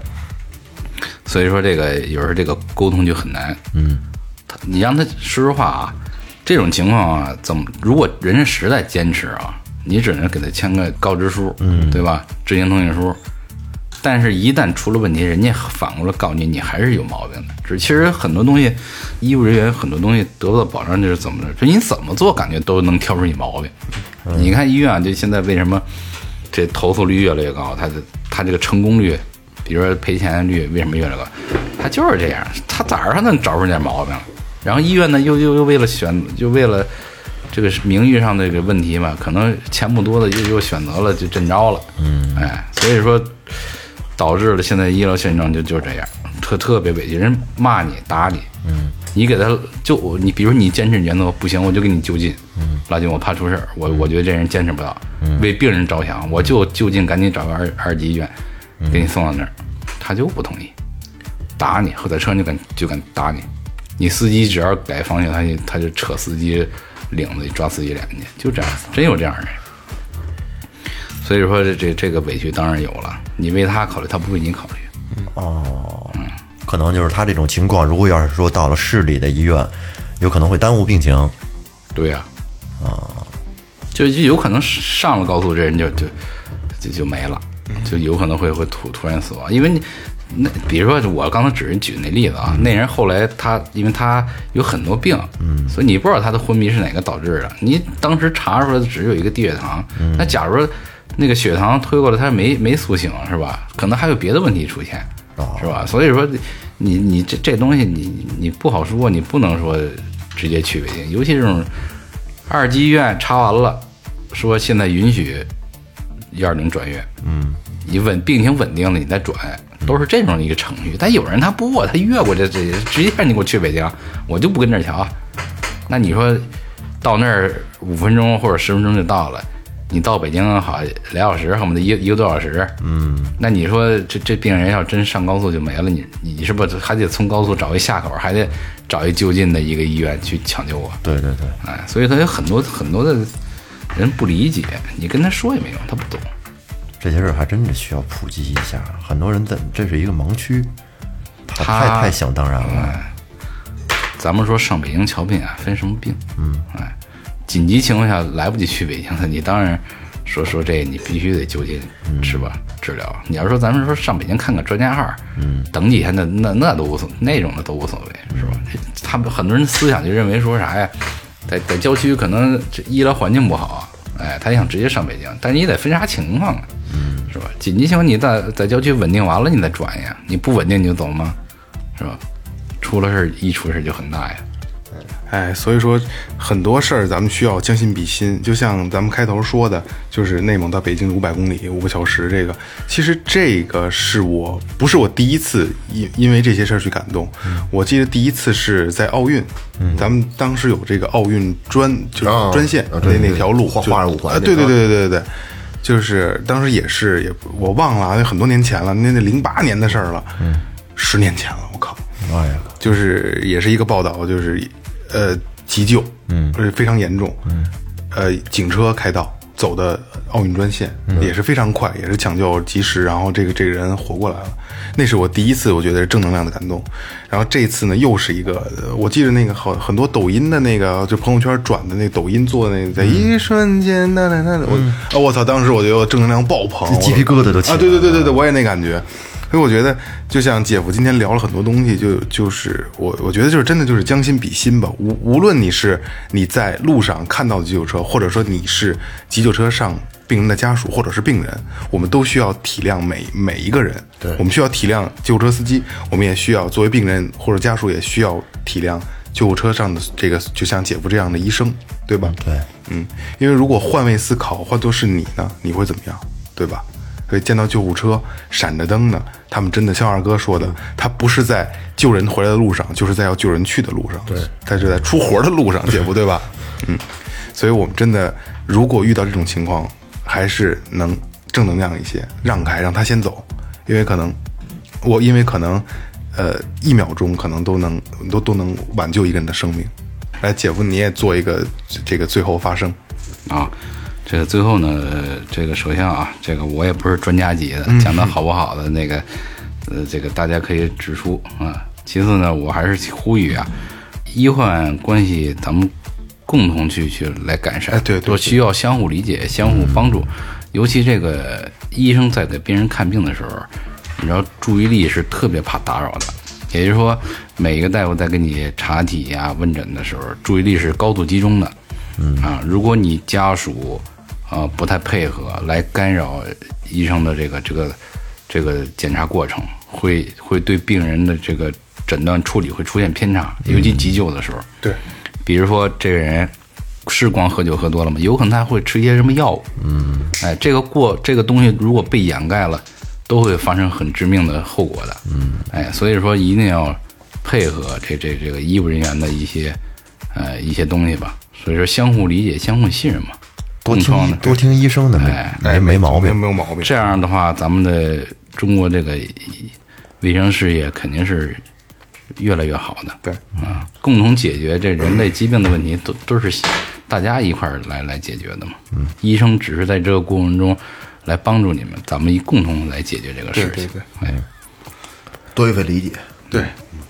Speaker 5: 有时候这个沟通就很难。你让他说实话啊，这种情况啊，如果人家实在坚持啊，你只能给他签个告知书，对吧？知情同意书。但是，一旦出了问题，人家反过来告你，你还是有毛病的。其实很多东西，医务人员很多东西得不到保障，就是怎么着？就你怎么做，感觉都能挑出你毛病。你看医院啊，就现在为什么这投诉率越来越高？他这个成功率，比如说赔钱率，为什么越来越高？他就是这样，他咋着他能找出点毛病了？然后医院呢，又为了为了这个名誉上的这个问题嘛，可能钱不多的又选择了就真招了。所以说。导致了现在医疗现状就是这样，特别委屈，人骂你打你，你给他你比如你坚持原则不行，我就给你就近，拉近我怕出事儿，我觉得这人坚持不到，为病人着想，我就近赶紧找个二级医院，给你送到那儿，他就不同意，打你，或者车就敢打你，你司机只要改方向，他就扯司机领子，抓司机脸去，就这样，真有这样的人。所以说这个委屈当然有了，你为他考虑，他不为你考虑。
Speaker 2: 可能就是他这种情况，如果要是说到了市里的医院，有可能会耽误病情。
Speaker 5: 对呀，就有可能上了高速，这人就没了，就有可能会突然死亡。因为那比如说我刚才只是举那例子啊，那人后来因为他有很多病，所以你不知道他的昏迷是哪个导致的，你当时查出来的只有一个低血糖，那假如说那个血糖推过来，他没苏醒是吧？可能还有别的问题出现，是吧？所以说你这东西你不好说，你不能说直接去北京，尤其这种2级医院查完了，说现在允许120转院，你病情稳定了，你再转， 都是这种一个程序。但有人他不，他越过这直接让你给我去北京，我就不跟这儿瞧。那你说到那儿5分钟或者10分钟就到了，你到北京好2小时，恨不得一个多小时。那你说这病人要真上高速就没了，你是不是还得从高速找一下口，还得找一就近的一个医院去抢救啊？
Speaker 2: 对，
Speaker 5: 所以他有很多的人不理解，你跟他说也没用，他不懂。
Speaker 2: 这些事儿还真是需要普及一下，很多人这是一个盲区，他太想当然了。
Speaker 5: 咱们说上北京瞧病啊，分什么病？紧急情况下来不及去北京的，你当然说这你必须得就近是吧？治疗。你要说咱们说上北京看个专家号，等几天的那都无所，那种的都无所谓，是吧？他们很多人思想就认为说啥呀，在郊区可能这医疗环境不好，他想直接上北京，但是你得分啥情况啊，是吧？紧急情况你在郊区稳定完了你再转呀，你不稳定你就走吗？是吧？出了事一出事就很大呀。
Speaker 3: 所以说很多事儿咱们需要将心比心，就像咱们开头说的，就是内蒙到北京500公里5个小时，这个其实这个不是我第一次因为这些事儿去感动。我记得第一次是在奥运，咱们当时有这个奥运专线那条路
Speaker 4: 画着5环，
Speaker 3: 对，就是当时也我忘了，很多年前了，那08年的事儿了，10年前了，我靠！
Speaker 2: 哎呀，
Speaker 3: 就是也是一个报道，就是急救，非常严重，警车开道走的奥运专线，也是非常快，也是抢救及时，然后这个人活过来了。那是我第一次我觉得是正能量的感动。然后这次呢又是一个，我记得那个很多抖音的那个就朋友圈转的那抖音做的那个在一瞬间我操，当时我就正能量爆棚，
Speaker 2: 鸡皮疙瘩都起来了。
Speaker 3: 对，我也那感觉。所以我觉得就像姐夫今天聊了很多东西，就是我觉得就是真的就是将心比心吧。无论你在路上看到的急救车，或者说你是急救车上病人的家属或者是病人，我们都需要体谅每一个人。对，我们需要体谅救护车司机，我们也需要作为病人或者家属也需要体谅救护车上的这个就像姐夫这样的医生，对吧？
Speaker 2: 对，
Speaker 3: 因为如果换位思考，换作是你呢，你会怎么样，对吧？所以见到救护车闪着灯呢，他们真的像二哥说的，他不是在救人回来的路上，就是在要救人去的路上，对，他是在出活的路上，姐夫对吧？所以我们真的如果遇到这种情况，还是能正能量一些，让开，让他先走，因为可能1秒钟可能都能挽救一个人的生命。来，姐夫你也做一个这个最后发声
Speaker 5: 啊。这个最后呢，这个首先啊，这个我也不是专家级的，讲的好不好的那个，这个大家可以指出啊。其次呢，我还是呼吁啊，医患关系咱们共同去来改善，
Speaker 3: 对，
Speaker 5: 都需要相互理解、相互帮助。尤其这个医生在给病人看病的时候，你知道注意力是特别怕打扰的，也就是说，每一个大夫在给你查体呀、问诊的时候，注意力是高度集中的。如果你家属不太配合，来干扰医生的这个检查过程，会对病人的这个诊断处理会出现偏差，尤其急救的时候。
Speaker 3: 对，
Speaker 5: 比如说这个人是光喝酒喝多了吗？有可能他会吃一些什么药物。这个东西如果被掩盖了，都会发生很致命的后果的。所以说一定要配合这个医务人员的一些东西吧。所以说相互理解、相互信任嘛。
Speaker 2: 多听医生的，没毛病，
Speaker 3: 没有毛病。
Speaker 5: 这样的话，咱们的中国这个卫生事业肯定是越来越好的。
Speaker 3: 对
Speaker 5: 共同解决这人类疾病的问题，都是大家一块儿来解决的嘛。医生只是在这个过程中来帮助你们，咱们共同来解决这个事情。
Speaker 3: 对，
Speaker 4: 多一份理解。
Speaker 3: 对，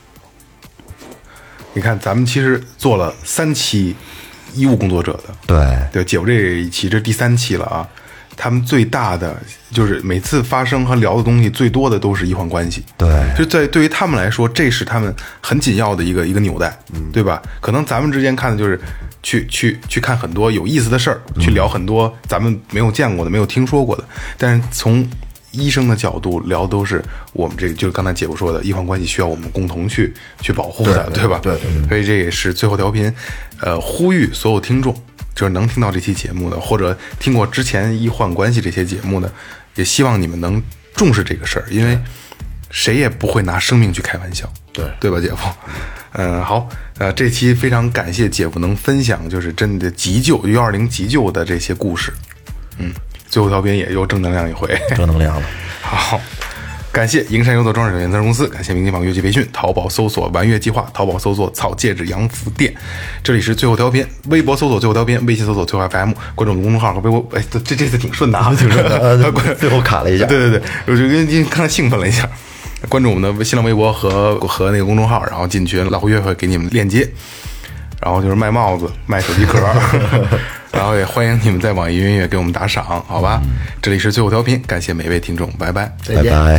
Speaker 3: 你看，咱们其实做了3期医务工作者的，对，姐夫这一期这是第3期了啊。他们最大的就是每次发生和聊的东西最多的都是医患关系，
Speaker 2: 对，
Speaker 3: 就对于他们来说，这是他们很紧要的一个纽带，对吧？可能咱们之间看的就是去看很多有意思的事儿，去聊很多咱们没有见过的、没有听说过的，但是从医生的角度聊都是我们这个，就是刚才姐夫说的，医患关系需要我们共同去保护的，对吧？对。所以这也是最后调频，呼吁所有听众，就是能听到这期节目的，或者听过之前医患关系这些节目的，也希望你们能重视这个事儿，因为谁也不会拿生命去开玩笑，对吧，姐夫？好，这期非常感谢姐夫能分享，就是真的急救120急救的这些故事。最后调频也又正能量一回，
Speaker 2: 正能量了。
Speaker 3: 好，感谢营山优作装饰有限责任公司，感谢明金坊乐器培训，淘宝搜索玩乐计划，淘宝搜索草戒指洋服店。这里是最后调频，微博搜索最后调频，微信搜索最后 FM， 关注我们公众号和微博。哎，这次挺顺的啊，挺顺的，
Speaker 2: 最后卡了一下。
Speaker 3: 对，我就跟看看兴奋了一下。关注我们的新浪微博和那个公众号，然后进群，老胡乐会给你们链接。然后就是卖帽子、卖手机壳，然后也欢迎你们在网易云音乐给我们打赏，好吧？这里是最后调频，感谢每位听众，拜拜，
Speaker 4: 再见。
Speaker 2: 拜拜。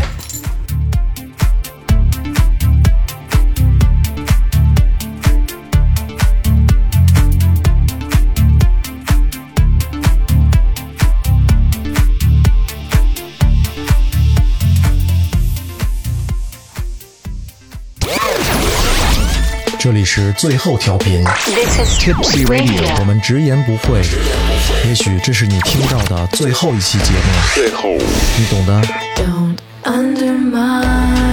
Speaker 6: 这里是最后调频
Speaker 7: This is Tipsy Radio.
Speaker 6: 我们直言不讳，也许这是你听到的最后一期节目，你懂的。
Speaker 8: Don't undermine